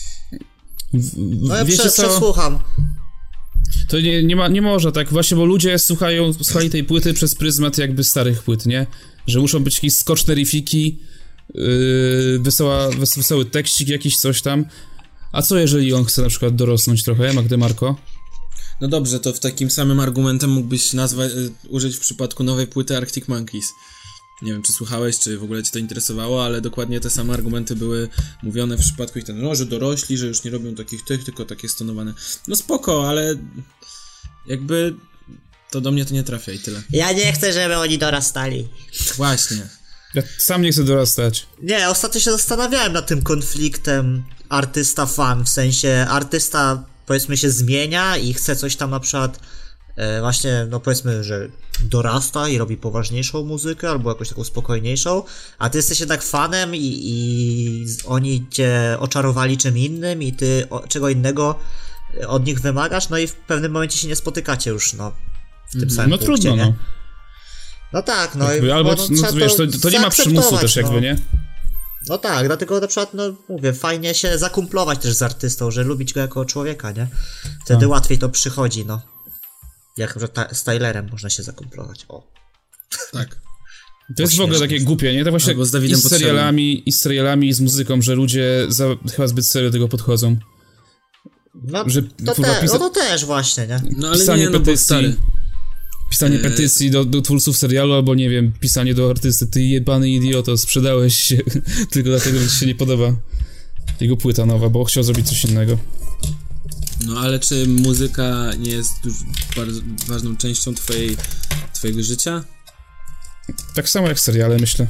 No ja Wiecie prze, co? przesłucham. To nie, nie, ma, nie może tak, właśnie, bo ludzie słuchają, słuchali tej płyty przez pryzmat jakby starych płyt, nie? Że muszą być jakieś skoczne riffiki, yy, wesoła, wes, wesoły tekścik jakiś, coś tam. A co jeżeli on chce na przykład dorosnąć trochę, Mac DeMarco? No dobrze, to w takim samym argumentem mógłbyś nazwać, y, użyć w przypadku nowej płyty Arctic Monkeys. Nie wiem, czy słuchałeś, czy w ogóle cię to interesowało, ale dokładnie te same argumenty były mówione w przypadku ich ten, no, że dorośli, że już nie robią takich tych, tylko takie stonowane. No spoko, ale jakby to do mnie to nie trafia i tyle. Ja nie chcę, żeby oni dorastali. Właśnie. Ja sam nie chcę dorastać. Nie, ostatnio się zastanawiałem nad tym konfliktem artysta-fan, w sensie artysta powiedzmy się zmienia i chce coś tam na przykład e, właśnie, no powiedzmy, że dorasta i robi poważniejszą muzykę albo jakąś taką spokojniejszą, a ty jesteś jednak fanem i, i oni cię oczarowali czym innym i ty o, czego innego od nich wymagasz, no i w pewnym momencie się nie spotykacie już, no w tym samym No punkcie, trudno, nie? no. No tak, no Jakby, i albo, no, no, wiesz, to, to nie ma przymusu też jakby, no. nie? No tak, dlatego na przykład, no mówię, fajnie się zakumplować też z artystą, że lubić go jako człowieka, nie? Wtedy tak. łatwiej to przychodzi, no. Jak na przykład z Tylerem można się zakumplować, o. Tak. To jest w ogóle takie głupie, nie? To właśnie Albo z Dawidem i z serialami, i z serialami, i z muzyką, że ludzie za, chyba zbyt serio do tego podchodzą. No, że, to, kurwa, te, pisa- no to też właśnie, nie? No ale pisanie nie, no bo petycji, stary. pisanie Eee. petycji do, do twórców serialu, albo nie wiem, pisanie do artysty, ty jebany idioto, sprzedałeś się tylko dlatego, że ci się nie podoba jego płyta nowa, bo chciał zrobić coś innego. No ale czy muzyka nie jest dużo, bardzo ważną częścią twojej, twojego życia? Tak samo jak seriale, myślę.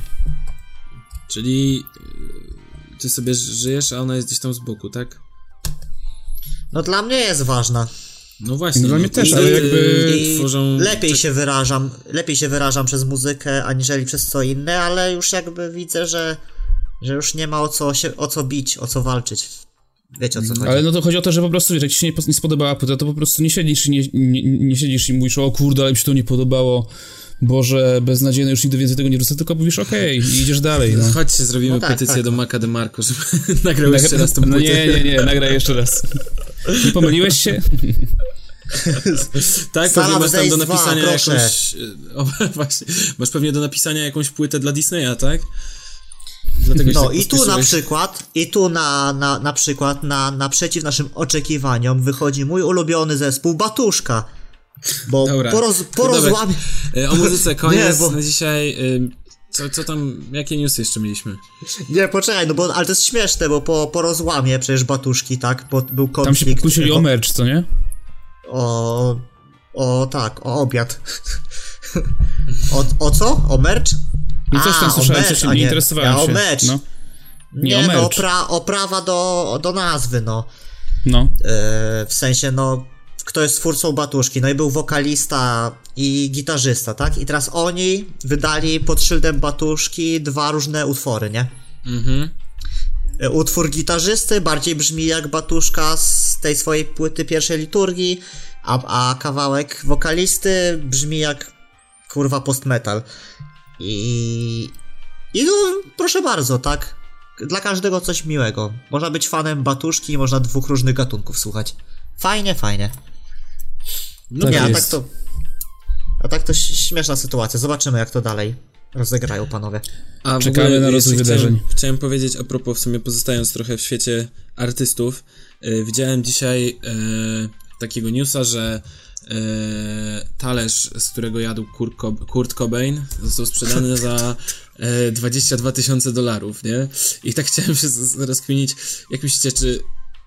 Czyli yy, ty sobie żyjesz, a ona jest gdzieś tam z boku, tak? No dla mnie jest ważna. No właśnie. No dla mnie no, też, i, ale jakby I tworzą... lepiej się wyrażam, lepiej się wyrażam przez muzykę, aniżeli przez co inne, ale już jakby widzę, że, że już nie ma o co się, o co bić, o co walczyć. Wiecie o co chodzi. Ale no to chodzi o to, że po prostu, jak ci się nie, nie spodobała płyta, to po prostu nie siedzisz i nie, nie, nie siedzisz i mówisz, o kurde, ale mi się to nie podobało, Boże, beznadziejne, już nigdy więcej tego nie wrócę, tylko mówisz, okej, okay, i idziesz dalej, no. Chodźcie, zrobimy no tak, petycję tak. do Maca DeMarco, żeby nagrał Nagra- jeszcze raz tą No płytę. nie, nie, nie, nagraj jeszcze raz. Nie pomyliłeś się? Tak, Salad pewnie masz tam do Days napisania dwa, proszę. jakąś... O, właśnie, masz pewnie do napisania jakąś płytę dla Disneya, tak? Dlatego się No tak i tu na pospieszyłeś. przykład, i tu na, na, na przykład na, naprzeciw naszym oczekiwaniom wychodzi mój ulubiony zespół Batuszka. Bo Dobra, po, roz, po dobra. rozłamie... E, O muzyce koniec, Nie, bo- na dzisiaj... y, Co, co tam, jakie newsy jeszcze mieliśmy? Nie, poczekaj, no bo, ale to jest śmieszne, bo po, po rozłamie przecież Batuszki, tak, bo był Tam się konflikt... pokusili bo- o merch, co nie? O... O tak, o obiad. o, o co? O merch? No coś tam A, słyszałem, o coś merch, a nie interesowałem ja się. o merch. No, Nie, nie o no, merch. opra, oprawa do, do nazwy, no. no. E, w sensie, no, kto jest twórcą Batuszki, no i był wokalista i gitarzysta, tak? I teraz oni wydali pod szyldem Batuszki dwa różne utwory, nie? Mhm. E, Utwór gitarzysty bardziej brzmi jak Batuszka z tej swojej płyty pierwszej liturgii, a, a kawałek wokalisty brzmi jak kurwa post-metal. I... I no, proszę bardzo, tak? Dla każdego coś miłego. Można być fanem Batuszki i można dwóch różnych gatunków słuchać. Fajnie, fajnie. No Tak Nie, a jest. tak to... A tak to ś- śmieszna sytuacja. Zobaczymy jak to dalej rozegrają panowie. A Czekamy ogóle na rozwój chciałem, wydarzeń. Chciałem powiedzieć a propos, w sumie pozostając trochę w świecie artystów, yy, widziałem dzisiaj yy, takiego newsa, że yy, talerz, z którego jadł Kurt, Co- Kurt Cobain, został sprzedany za yy, dwadzieścia dwa tysiące dolarów, nie? I tak chciałem się z- z- rozkminić, jak myślicie, czy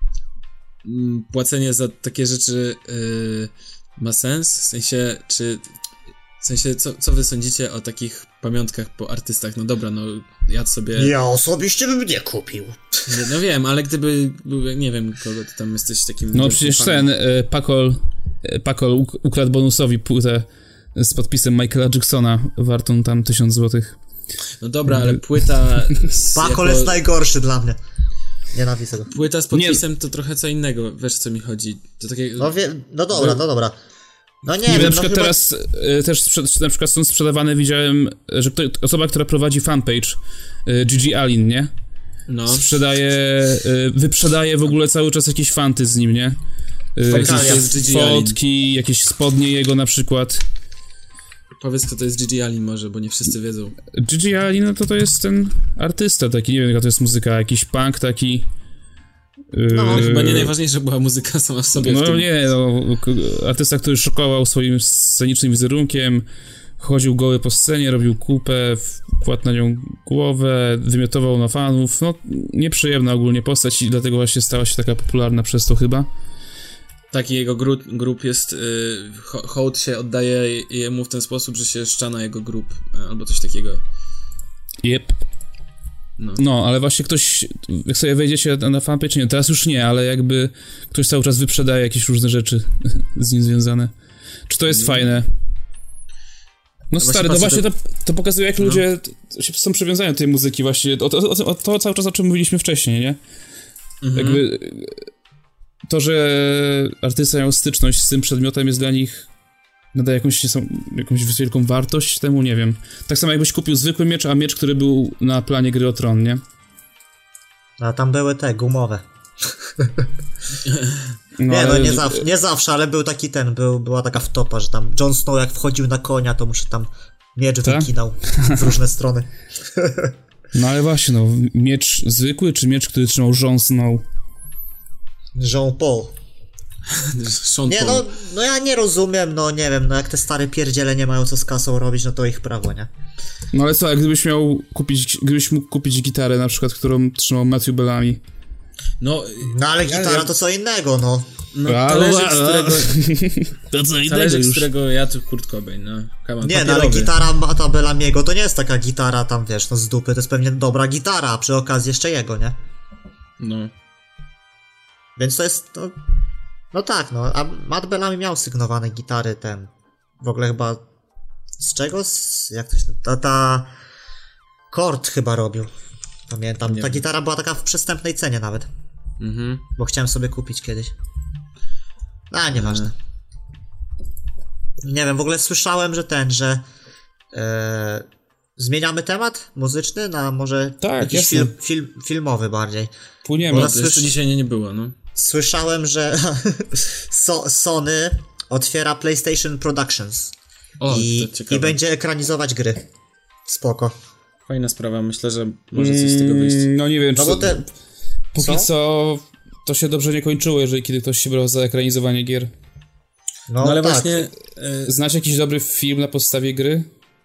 mm, płacenie za takie rzeczy yy, ma sens? W sensie, czy... W sensie, co, co wy sądzicie o takich pamiątkach po artystach? No dobra, no ja sobie... Ja osobiście bym nie kupił. Nie, no wiem, ale gdyby... był- Nie wiem, kogo ty tam jesteś takim... No wielkim przecież fanem. ten e, Pakol, e, Pakol uk- ukradł bonusowi płytę z podpisem Michaela Jacksona, wartą tam tysiąc złotych. No dobra, ale płyta... Z, Pakol jako, jest najgorszy dla mnie. Nienawidzę go. płyta z podpisem to trochę co innego, wiesz co mi chodzi. To takie... No, wie, no dobra, no dobra. No nie, Nie wiem, wiem, na przykład no chyba... teraz e, też sprze- na przykład są sprzedawane, widziałem, że kto, osoba, która prowadzi fanpage, e, Gigi Allen, nie? No, Sprzedaje, e, wyprzedaje w ogóle cały czas jakieś fanty z nim, nie? E, Powiedz, jakieś kto jest Gigi Allen. fotki, jakieś spodnie jego na przykład. powiedz kto to jest Gigi Allen może, bo nie wszyscy wiedzą. Gigi Allen, no to to jest ten artysta taki, nie wiem jaka to jest muzyka, jakiś punk taki. No, e, Chyba nie najważniejsza była muzyka sama w sobie w No tym. nie, no, k- artysta, który szokował swoim scenicznym wizerunkiem, chodził goły po scenie, robił kupę, wkładł na nią głowę, wymiotował na fanów, no nieprzyjemna ogólnie postać i dlatego właśnie stała się taka popularna przez to chyba. Taki jego grup, grup jest, y, ho- hołd się oddaje jemu w ten sposób, że się szczana jego grup, albo coś takiego. Yep. No. No, ale właśnie ktoś, jak sobie wejdziecie na fanpage, nie, teraz już nie, ale jakby ktoś cały czas wyprzedaje jakieś różne rzeczy z nim związane. Czy to jest Nie. fajne? No Właśnie stary, no patrzę, właśnie to, to- to pokazuje, jak No. ludzie t- się są przywiązani do tej muzyki właśnie, o, o, o, o to cały czas, o czym mówiliśmy wcześniej, nie? Mhm. Jakby to, że artysta miał styczność z tym przedmiotem jest dla nich, nadaje jakąś, jakąś wielką wartość temu, nie wiem. Tak samo jakbyś kupił zwykły miecz, a miecz, który był na planie gry o Tron, nie? A tam były te, gumowe. No, nie, no ale- nie, zaw- nie zawsze, ale był taki ten, był, była taka wtopa, że tam Jon Snow jak wchodził na konia, to mu się tam miecz Tak? wyginał w różne strony. No ale właśnie, no, miecz zwykły, czy miecz, który trzymał Jon Snow? Jean Paul. Sean Nie, Paul. no, no ja nie rozumiem, no nie wiem, no jak te stare pierdziele nie mają co z kasą robić, no to ich prawo, nie? No ale co, jak gdybyś miał kupić, gdybyś mógł kupić gitarę na przykład, którą trzymał Matthew Bellamy. No, No ale Ja- gitara ja- to co innego, no. no A, talerzyk, a, z a. którego, To co talerzyk, z którego jadł Kurt Cobain, no. Come on, Nie, no ale papierowy. gitara Mata Bellamiego to nie jest taka gitara tam, wiesz, no z dupy, to jest pewnie dobra gitara, a przy okazji jeszcze jego, nie? No. Więc to jest, no, no tak, no, a Matt Bellamy miał sygnowane gitary, ten, w ogóle chyba, z czego, z, jak to się, ta, ta, Kord chyba robił, pamiętam, Nie ta wiem. gitara była taka w przystępnej cenie nawet, Mhm. bo chciałem sobie kupić kiedyś. A, nieważne. Nie wiem, w ogóle słyszałem, że ten, że e, zmieniamy temat muzyczny na może Tak, jakiś jasne. film, film, filmowy bardziej. Płyniemy. Bo To jeszcze dzisiaj nie, nie było, no. Słyszałem, że so, Sony otwiera PlayStation Productions O, i, to ciekawe. i będzie ekranizować gry. Spoko. Fajna sprawa, myślę, że może coś z tego wyjść. Mm, No nie wiem, No czy... bo te... Póki Co? co to się dobrze nie kończyło, jeżeli kiedy ktoś się brał za ekranizowanie gier. No, No ale tak. właśnie... E, Znasz jakiś dobry film na podstawie gry?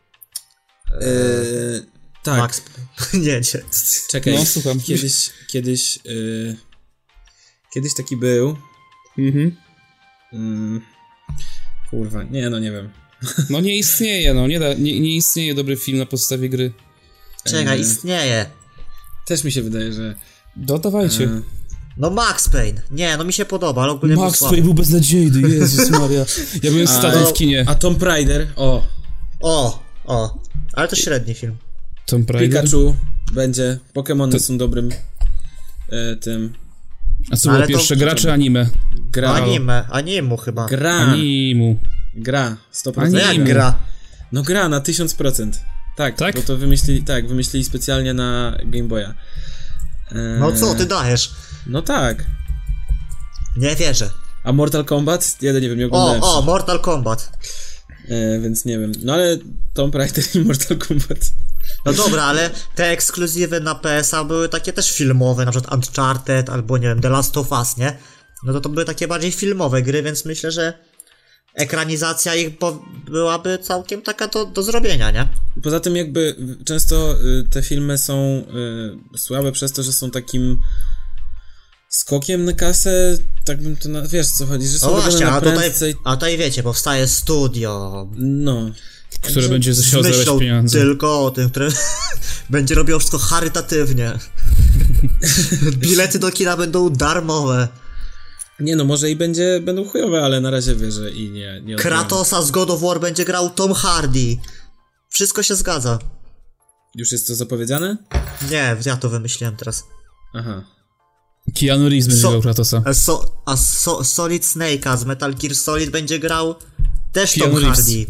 e, tak, Max... nie, nie. czekaj. No, słucham. Kiedyś, kiedyś... E, kiedyś taki był... Mhm. Mm, kurwa, nie, no nie wiem. No nie istnieje, no, nie, da, nie, nie istnieje dobry film na podstawie gry. Czekaj, E, istnieje. Też mi się wydaje, że... Dodawajcie. E, No Max Payne. Nie, no mi się podoba, ale ogólnie był Max słaby. Payne był beznadziejny, Jezus Maria. Ja byłem A- stary w kinie. a Tomb Raider, o, O, o. Ale to średni film. Tomb Raider? Pikachu będzie, Pokemony są dobrym e, tym... A co Ale było to- pierwsze, gra czy anime? Gra, Anime, animu chyba. gra, Animu. gra, sto procent. No Anime. jak gra? No gra na tysiąc procent. Tak, Tak? bo to wymyślili, tak, wymyślili specjalnie na Game Boya. E, No co ty dajesz? No tak. Nie wierzę. A Mortal Kombat? Jeden nie wiem, nie O, oglądałem. o, Mortal Kombat. e, więc nie wiem. No ale Tomb Raider i Mortal Kombat. No dobra, ale te ekskluzywy na P S a były takie też filmowe, na przykład Uncharted albo nie wiem, The Last of Us, nie? No to to były takie bardziej filmowe gry, więc myślę, że ekranizacja ich po- byłaby całkiem taka do, do zrobienia, nie? Poza tym jakby często y, te filmy są y, słabe przez to, że są takim skokiem na kasę, tak bym to, na, wiesz co chodzi, że są No robione właśnie, na a tutaj, prędce. a tutaj wiecie, powstaje studio, No. Które będzie z chciał zarabiać myślą pieniądze. tylko o tym, które będzie robiło wszystko charytatywnie. Bilety do kina będą darmowe. Nie no, może i będzie, będą chujowe, ale na razie wierzę i nie, nie odbieram. Kratosa z God of War będzie grał Tom Hardy. Wszystko się zgadza. Już jest to zapowiedziane? Nie, ja to wymyśliłem teraz. Aha. Keanu Reeves będzie So- grał Kratosa. A, so, a so, Solid Snake'a z Metal Gear Solid będzie grał też Keanu Tom Reeves. Hardy.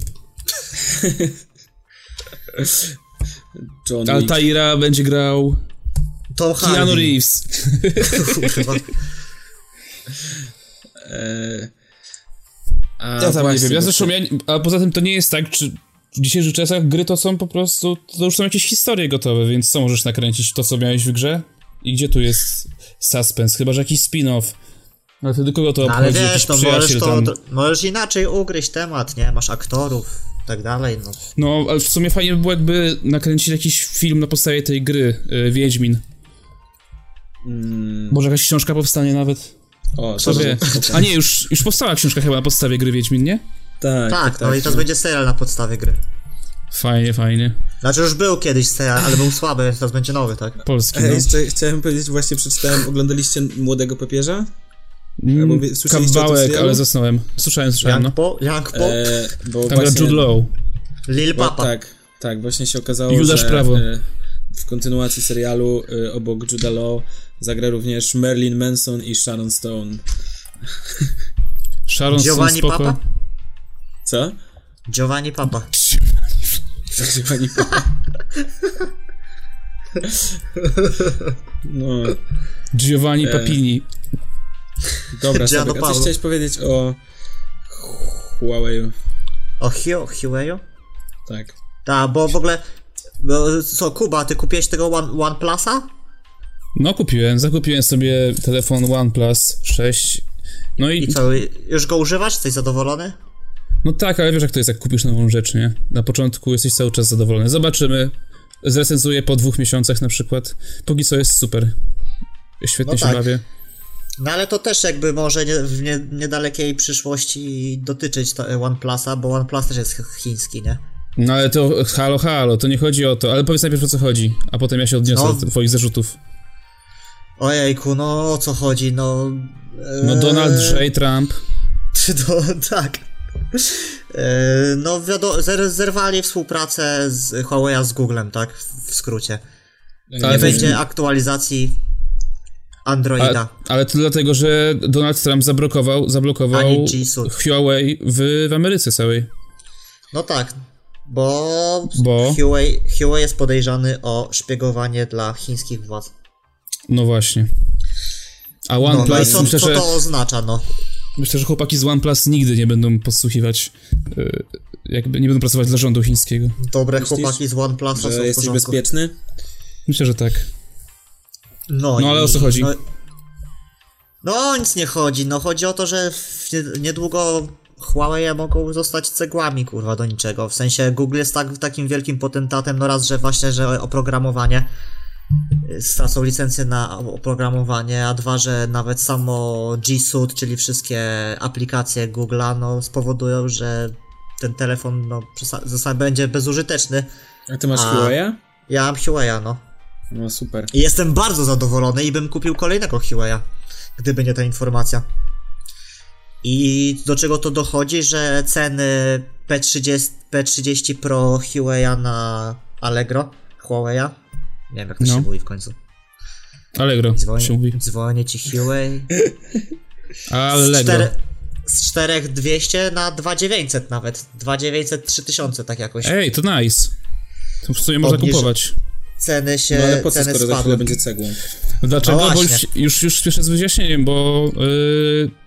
John Wick. Altaira będzie grał Tom Hardy. Keanu Reeves. Kurwa. Eee, a Ja tam nie właśnie, wiem, ja bo- zresztą, ja, a poza tym to nie jest tak, czy w dzisiejszych czasach gry to są po prostu, to już są jakieś historie gotowe, więc co możesz nakręcić, to co miałeś w grze? I gdzie tu jest suspense? Chyba że jakiś spin-off. Ale wtedy kogo to No, ale obchodzi? wiesz, Jakiś to możesz, przyjaciel to, tam. to możesz inaczej ugryźć temat, nie? Masz aktorów i tak dalej, no. No, ale w sumie fajnie by było jakby nakręcić jakiś film na podstawie tej gry, y, Wiedźmin. Mm, Może jakaś książka powstanie nawet? o, Kto to wie? A nie, już, już powstała książka chyba na podstawie gry Wiedźmin, nie? Tak, Tak, no i teraz będzie serial na podstawie gry. Fajnie, fajnie. Znaczy już był kiedyś serial, ale był słaby, więc teraz będzie nowy, tak? Polski, A no. ja jeszcze chciałem powiedzieć, właśnie przeczytałem, oglądaliście Młodego Papieża? Albo wie- słyszeliście o tym Kawałek, serialu? ale zasnąłem. Słyszałem, słyszałem, no. Young Po, Young Po, Eee, bo Tam gra właśnie, Jude Law. Lil bo, Papa. tak, tak, właśnie się okazało, Judasz że Prawo. e, w kontynuacji serialu e, obok Juda Law zagra również Marilyn Manson i Sharon Stone. Sharon Stone Giovanni spoko. Papa? Co? Giovanni Papa. Giovanni Papa. No, Giovanni E. Papini. dobra, Gianno Sebek, a coś Paolo. chciałeś powiedzieć o Huawei? O Hio, Huawei'u? Tak. Tak, bo w ogóle... Bo, co, Kuba, ty kupiłeś tego One, OnePlusa? No kupiłem, zakupiłem sobie telefon OnePlus sześć. No i, I co, już go używasz? Jesteś zadowolony? no tak, ale wiesz jak to jest, jak kupisz nową rzecz, nie? Na początku jesteś cały czas zadowolony. Zobaczymy. Zrecenzuję po dwóch miesiącach na przykład. Póki co jest super. Świetnie No się tak. bawię. No ale to też jakby może nie, w nie, niedalekiej przyszłości dotyczyć to, OnePlusa, bo OnePlus też jest ch- chiński, nie? No ale to halo, halo, to nie chodzi o to. Ale powiedz najpierw o co chodzi, a potem ja się odniosę No. do twoich zarzutów. Ojejku, no o co chodzi, no... No eee, Donald J. Trump. No, tak. Eee, no wiadomo, zer- zerwali współpracę z Huawei z Googlem, tak? W, w skrócie. Ale Nie to- będzie aktualizacji Androida. A, ale to dlatego, że Donald Trump zablokował, zablokował Ani G S U. Huawei w, w Ameryce całej. No tak, bo, Bo? Huawei, Huawei jest podejrzany o szpiegowanie dla chińskich władz. No właśnie. A No, OnePlus, no i co, myślę, co że, to oznacza, no? myślę, że chłopaki z OnePlus nigdy nie będą podsłuchiwać, yy, jakby nie będą pracować dla rządu chińskiego. Dobre Myślisz, chłopaki z OnePlusa są w Że jesteś porządku. bezpieczny? Myślę, że tak. No, No, ale i- o co chodzi? No, no nic nie chodzi, no chodzi o to, że w nie- niedługo Huawei mogą zostać cegłami, kurwa, do niczego. W sensie Google jest tak, takim wielkim potentatem, no raz, że właśnie, że oprogramowanie y, stracą licencję na oprogramowanie, a dwa, że nawet samo G Suite, czyli wszystkie aplikacje Google'a, no spowodują, że ten telefon, no, przesa- zostanie, będzie bezużyteczny. A ty masz A. Huawei'a? Ja mam Huawei'a, no. No super. I jestem bardzo zadowolony i bym kupił kolejnego Huawei'a, gdyby nie ta informacja. I do czego to dochodzi, że ceny P trzydzieści, P trzydzieści Pro Huawei'a na Allegro, Huawei'a, nie wiem jak to No. się mówi w końcu. Allegro się mówi. Dzwonię, dzwonię ci Huawei. Z, Allegro. cztery, z cztery tysiące dwieście na dwa tysiące dziewięćset nawet. dwa tysiące dziewięćset, trzy tysiące tak jakoś. Ej, to nice. To w sumie można Obniży- kupować. Ceny się, No ale po co, ceny skoro za chwilę spadły. będzie cegłą? Dlaczego? No Bo już, właśnie. już, już spieszę z wyjaśnieniem, bo yy,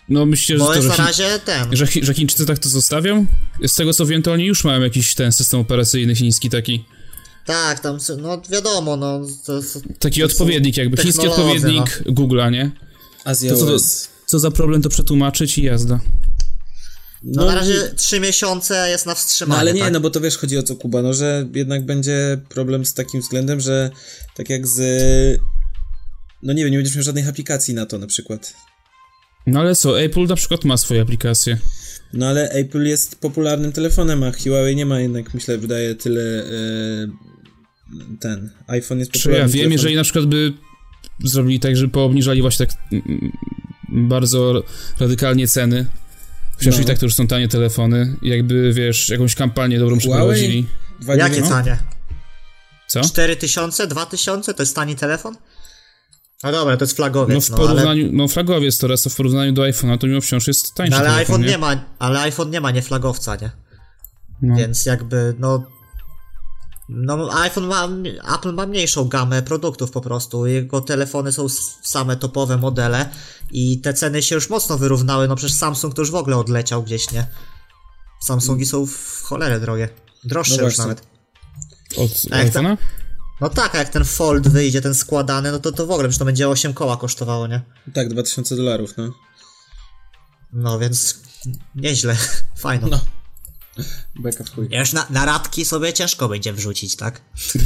No myślę, że Bo to, jest że, na razie ten. że, że Chińczycy tak to zostawią? Z tego co wiem, to oni już mają jakiś ten system operacyjny chiński taki. Tak, tam, no wiadomo, no... To, to, Taki to odpowiednik jakby, chiński technolodzy, odpowiednik no. Google'a, nie? Azja To co, to, co za problem to przetłumaczyć i jazda. No, no na razie trzy miesiące jest na wstrzymanie. No ale nie, tak? no bo to wiesz, chodzi o co, Kuba, no że jednak będzie problem z takim względem, że tak jak z... No nie wiem, nie będziesz miał żadnych aplikacji na to na przykład. No ale co, Apple na przykład ma swoje aplikacje. No ale Apple jest popularnym telefonem, a Huawei nie ma jednak, myślę, wydaje tyle... Yy, ten, iPhone jest Czy popularny ja wiem, telefon. jeżeli na przykład by zrobili tak, że poobniżali właśnie tak mm, bardzo radykalnie ceny, chociaż No. i tak to już są tanie telefony, jakby, wiesz, jakąś kampanię dobrą przeprowadzili. Jakie tanie? Co? cztery tysiące? dwa tysiące? To jest tani telefon? No dobra, to jest flagowiec, No w no, porównaniu, ale... no flagowiec to raz, to w porównaniu do iPhone'a to mimo wciąż jest tańszy No, ale telefon, iPhone nie? nie ma, ale iPhone nie ma nie flagowca, nie? No. Więc jakby, no... No iPhone ma, Apple ma mniejszą gamę produktów po prostu, jego telefony są same topowe modele i te ceny się już mocno wyrównały, no przecież Samsung to już w ogóle odleciał gdzieś, nie? Samsungi są w cholerę drogie, droższe No już właśnie. nawet. Od A jak iPhone'a? No tak, a jak ten Fold wyjdzie, ten składany, no to to w ogóle, przecież to będzie osiem koła kosztowało, nie? Tak, dwa tysiące dolarów, no. No więc nieźle, fajno. No. Beka w chuj. Już na, na radki sobie ciężko będzie wrzucić, tak?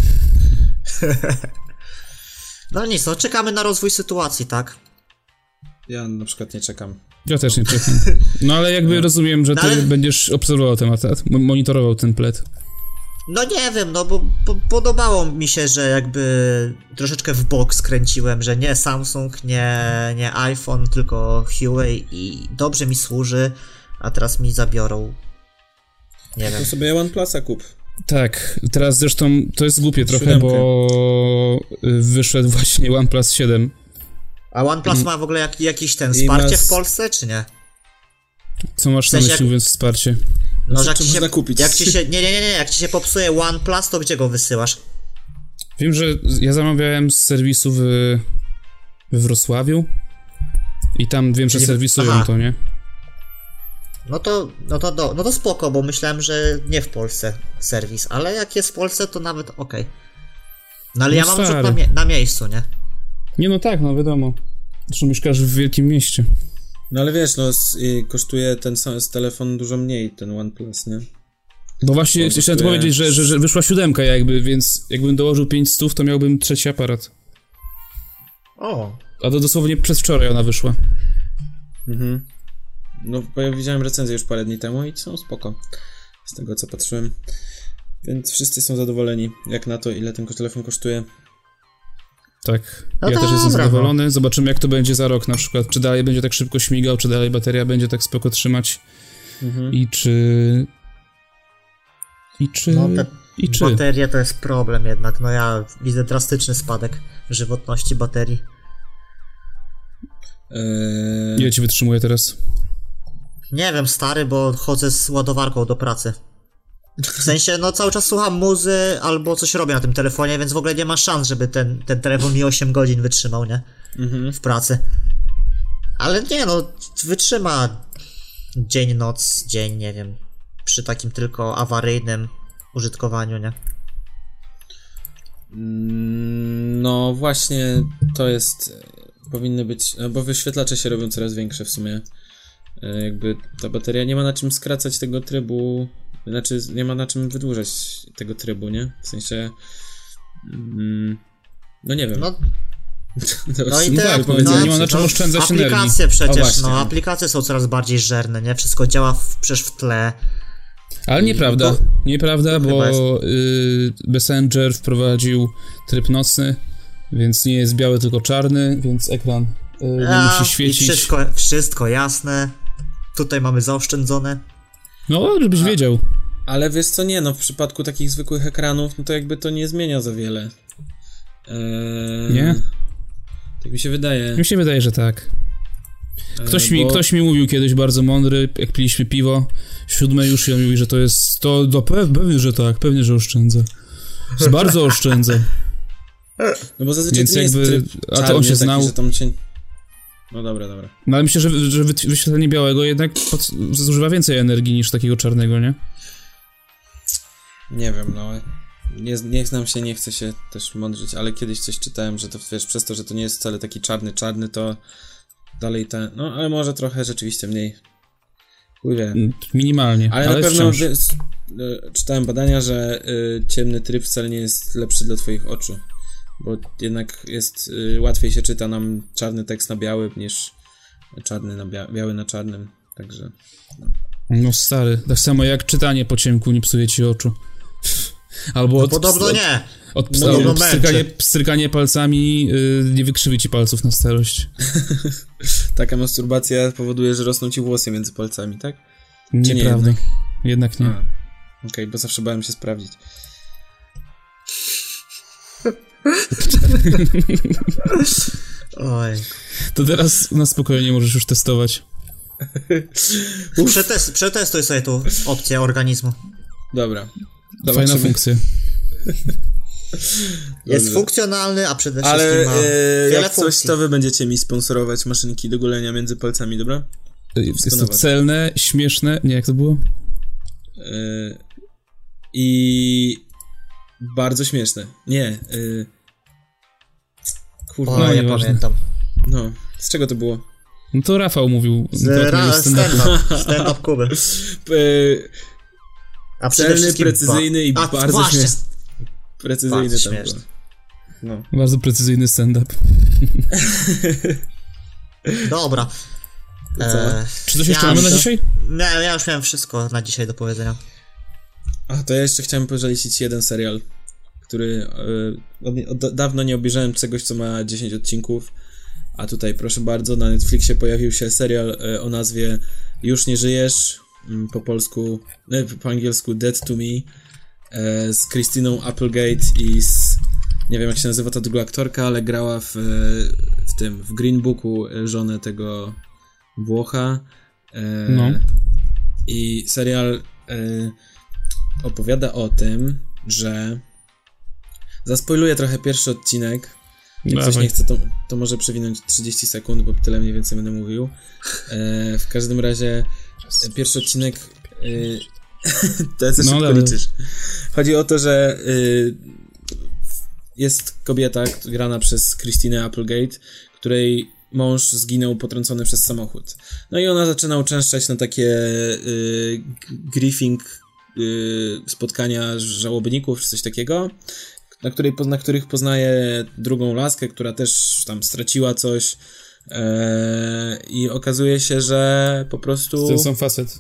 No nic, no czekamy na rozwój sytuacji, tak? Ja na przykład nie czekam. Ja też nie czekam. No ale jakby no. rozumiem, że ty no, ale... będziesz obserwował temat, monitorował ten plet. No nie wiem, no bo, bo podobało mi się, że jakby troszeczkę w bok skręciłem, że nie Samsung, nie, nie iPhone, tylko Huawei i dobrze mi służy, a teraz mi zabiorą. Nie to wiem. sobie OnePlusa kup. Tak, teraz zresztą to jest głupie trochę, Siódemkę. bo wyszedł właśnie OnePlus siedem. A OnePlus Mm. ma w ogóle jak, jakiś ten I wsparcie ma... w Polsce, czy nie? Co masz W sensie na myśli jak- mówiąc wsparcie? No, Znaczy, że jak czy ci, się, można kupić? jak ci się, nie, nie, nie, nie, jak ci się popsuje OnePlus, to gdzie go wysyłasz? Wiem, że ja zamawiałem z serwisu w, we Wrocławiu i tam wiem, Czyli- że serwisują aha. to, nie? No to, no to, do, no to spoko, bo myślałem, że nie w Polsce serwis, ale jak jest w Polsce, to nawet okej. No ale No ja mam rzut stary. na, mie- na miejscu, nie? Nie no tak, no wiadomo. Zresztą mieszkasz w wielkim mieście. No ale wiesz, no z, y, kosztuje ten sam z telefon dużo mniej, ten OnePlus, nie? Bo właśnie Bo chciałem kosztuje- powiedzieć, że, że, że wyszła siódemka jakby, więc jakbym dołożył pięć stów, to miałbym trzeci aparat. O. A to dosłownie przedwczoraj ona wyszła. Mhm. No, bo ja widziałem recenzję już parę dni temu i są spoko. Z tego, co patrzyłem. Więc wszyscy są zadowoleni, jak na to, ile ten telefon kosztuje. Tak, No ja też dobra, jestem no. zadowolony. Zobaczymy, jak to będzie za rok na przykład. Czy dalej będzie tak szybko śmigał, czy dalej bateria będzie tak spoko trzymać. Mhm. I czy... I czy... No te I czy... baterie to jest problem jednak, no ja widzę drastyczny spadek żywotności baterii. Eee... Ile ci wytrzymuje teraz? Nie wiem, stary, bo chodzę z ładowarką do pracy. W sensie, no cały czas słucham muzy albo coś robię na tym telefonie, więc w ogóle nie ma szans, żeby ten, ten telefon mi osiem godzin wytrzymał, nie? Mhm. W pracy. Ale nie, no, wytrzyma dzień, noc, dzień, nie wiem. Przy takim tylko awaryjnym użytkowaniu, nie? Mm, No właśnie, to jest... Powinny być... no Bo wyświetlacze się robią coraz większe w sumie. E, Jakby ta bateria nie ma na czym skracać tego trybu... Znaczy, nie ma na czym wydłużać tego trybu, nie? W sensie... Mm, no nie wiem. No, To no i już te tak, no, powiedzmy, nie ma na czym oszczędzać aplikacje energii. przecież, O, właśnie. no, aplikacje są coraz bardziej żerne, nie? Wszystko działa w, przecież w tle. Ale nieprawda, To- nieprawda, to bo chyba jest. y, Messenger wprowadził tryb nocny, więc nie jest biały, tylko czarny, więc ekran y, nie A, musi świecić. I wszystko, wszystko jasne. Tutaj mamy zaoszczędzone. No, żebyś A- wiedział. Ale wiesz co, nie, no w przypadku takich zwykłych ekranów, no to jakby to nie zmienia za wiele. Eee, Nie? Tak mi się wydaje. Mi się wydaje, że tak. Ktoś, Eee, mi, bo- ktoś mi mówił kiedyś bardzo mądry, jak piliśmy piwo, siódme już i on mówi, że to jest, to do pew, pewnie, że tak, pewnie, że oszczędzę. Jest bardzo oszczędzę. No bo zazwyczaj Więc to nie jakby- jest tryb a to on czarny się taki, znał. że tam cię... No dobra, dobra. No ale myślę, że, że wyświetlenie białego jednak pod, zużywa więcej energii niż takiego czarnego, nie? Nie wiem, no. Nie, nie znam się, nie chcę się też mądrzyć, ale kiedyś coś czytałem, że to wiesz, przez to, że to nie jest wcale taki czarny, czarny, to dalej ten, no ale może trochę rzeczywiście mniej. Chuj wie. Minimalnie, ale, ale na pewno wciąż. y, czytałem badania, że y, ciemny tryb wcale nie jest lepszy dla twoich oczu, bo jednak jest y, łatwiej się czyta nam czarny tekst na biały niż czarny na bia- biały na czarnym, także no. No stary, tak samo jak czytanie po ciemku nie psuje ci oczu. Albo No od, podobno od, nie. Od, No, od, no, od pstrykanie, pstrykanie palcami yy, nie wykrzywi ci palców na starość. Taka masturbacja powoduje, że rosną ci włosy między palcami, tak? Czy Nieprawda. nie jednak? jednak nie. Okej, okay, bo zawsze bałem się sprawdzić. Oj. To teraz na spokojnie możesz już testować. Przetest, przetestuj sobie tu opcję organizmu. Dobra. Fajna funkcja. Jest Dobrze. funkcjonalny, a przede wszystkim Ale ma e, wiele jak coś, funkcji. to wy będziecie mi sponsorować maszynki do golenia między palcami, dobra? Jest to celne, śmieszne. Nie, jak to było? E, I bardzo śmieszne. Nie. E, kurwa. O, No, ja nieważne. pamiętam. No. Z czego to było? No to Rafał mówił. Z to ra- stand-upu. stand-up, stand-up Kuby. E, A przede celny, wszystkim precyzyjny i a, bardzo właśnie. śmieszny. Precyzyjny Bardzo tam śmieszny. było. No. Bardzo precyzyjny stand-up. Dobra. co? E, Czy coś jeszcze ja mamy na to- dzisiaj? Nie, ja już miałem wszystko na dzisiaj do powiedzenia. A to ja jeszcze chciałem pożalicić jeden serial, który e, od, od dawno nie obejrzałem czegoś, co ma dziesięć odcinków, a tutaj proszę bardzo, na Netflixie pojawił się serial e, o nazwie Już nie żyjesz, m, po polsku, nie, po angielsku Dead to Me, e, z Christiną Applegate i z, nie wiem jak się nazywa ta druga aktorka, ale grała w, e, w tym, w Green Booku e, żonę tego Włocha. E, No. I serial e, opowiada o tym, że zaspoiluję trochę pierwszy odcinek. Jak ktoś Dawaj. nie chce, to, to może przewinąć trzydzieści sekund, bo tyle mniej więcej będę mówił. E, w każdym razie e, pierwszy odcinek e, to za No, szybko ale- liczysz. Chodzi o to, że e, jest kobieta grana przez Christinę Applegate, której mąż zginął potrącony przez samochód. No i ona zaczyna uczęszczać na takie y, griefing y, spotkania żałobników czy coś takiego, na, której, na których poznaje drugą laskę, która też tam straciła coś e, i okazuje się, że po prostu... Ten sam facet.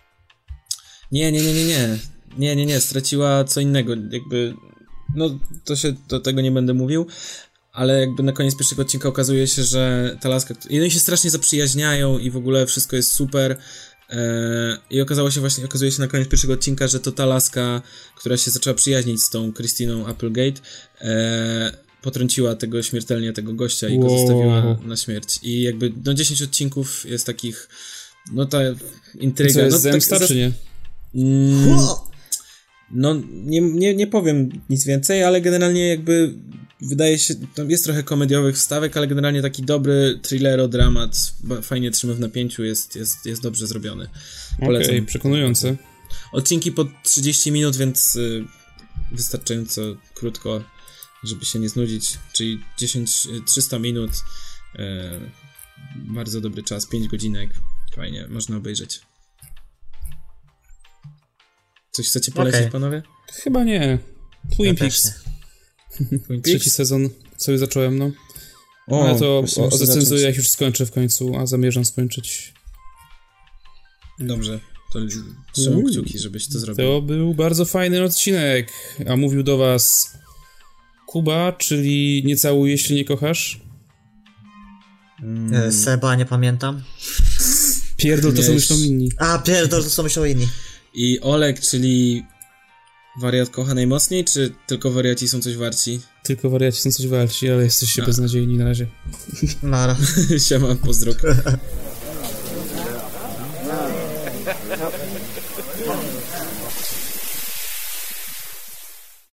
Nie, nie, nie, nie, nie. Nie, nie, nie, straciła co innego. Jakby, no, to się, do tego nie będę mówił, ale jakby na koniec pierwszego odcinka okazuje się, że ta laska... I oni się strasznie zaprzyjaźniają i w ogóle wszystko jest super. E, I okazało się właśnie, okazuje się na koniec pierwszego odcinka, że to ta laska, która się zaczęła przyjaźnić z tą Christiną Applegate, e, potrąciła tego śmiertelnie, tego gościa i go Wow. zostawiła na śmierć. I jakby, no dziesięć odcinków jest takich, no ta intryga... Co jest no, zemsta, tak, czy nie? Mm, no, nie, nie, nie powiem nic więcej, ale generalnie jakby wydaje się, tam jest trochę komediowych wstawek, ale generalnie taki dobry thrillero-dramat, ba- fajnie trzyma w napięciu, jest, jest, jest dobrze zrobiony. Polecam. Okej, przekonujące. Odcinki po trzydzieści minut, więc y, wystarczająco krótko, żeby się nie znudzić, czyli dziesięć, trzysta minut, y, bardzo dobry czas, pięć godzinek, fajnie, można obejrzeć. Coś chcecie polecić, Okej. panowie? Chyba nie. Twin Ja Peaks. też Twin Trzeci Peaks? sezon sobie zacząłem, no. O, Ale to właśnie o, muszę zrecenzuję, zacząć. jak już skończę w końcu, a zamierzam skończyć. Dobrze, to trzymam Uuu. kciuki, żebyś to zrobił. To był bardzo fajny odcinek, a mówił do was Kuba, czyli nie całuj, jeśli nie kochasz. E, Seba, nie pamiętam. Pierdol, to są Miałeś- myślą inni. A, pierdol, to są myślą inni. I Olek, czyli wariat kocha najmocniej, czy tylko wariaci są coś warci? Tylko wariaci są coś walczy, ale jesteście A. beznadziejni na razie. Nara. Siema, pozdrok.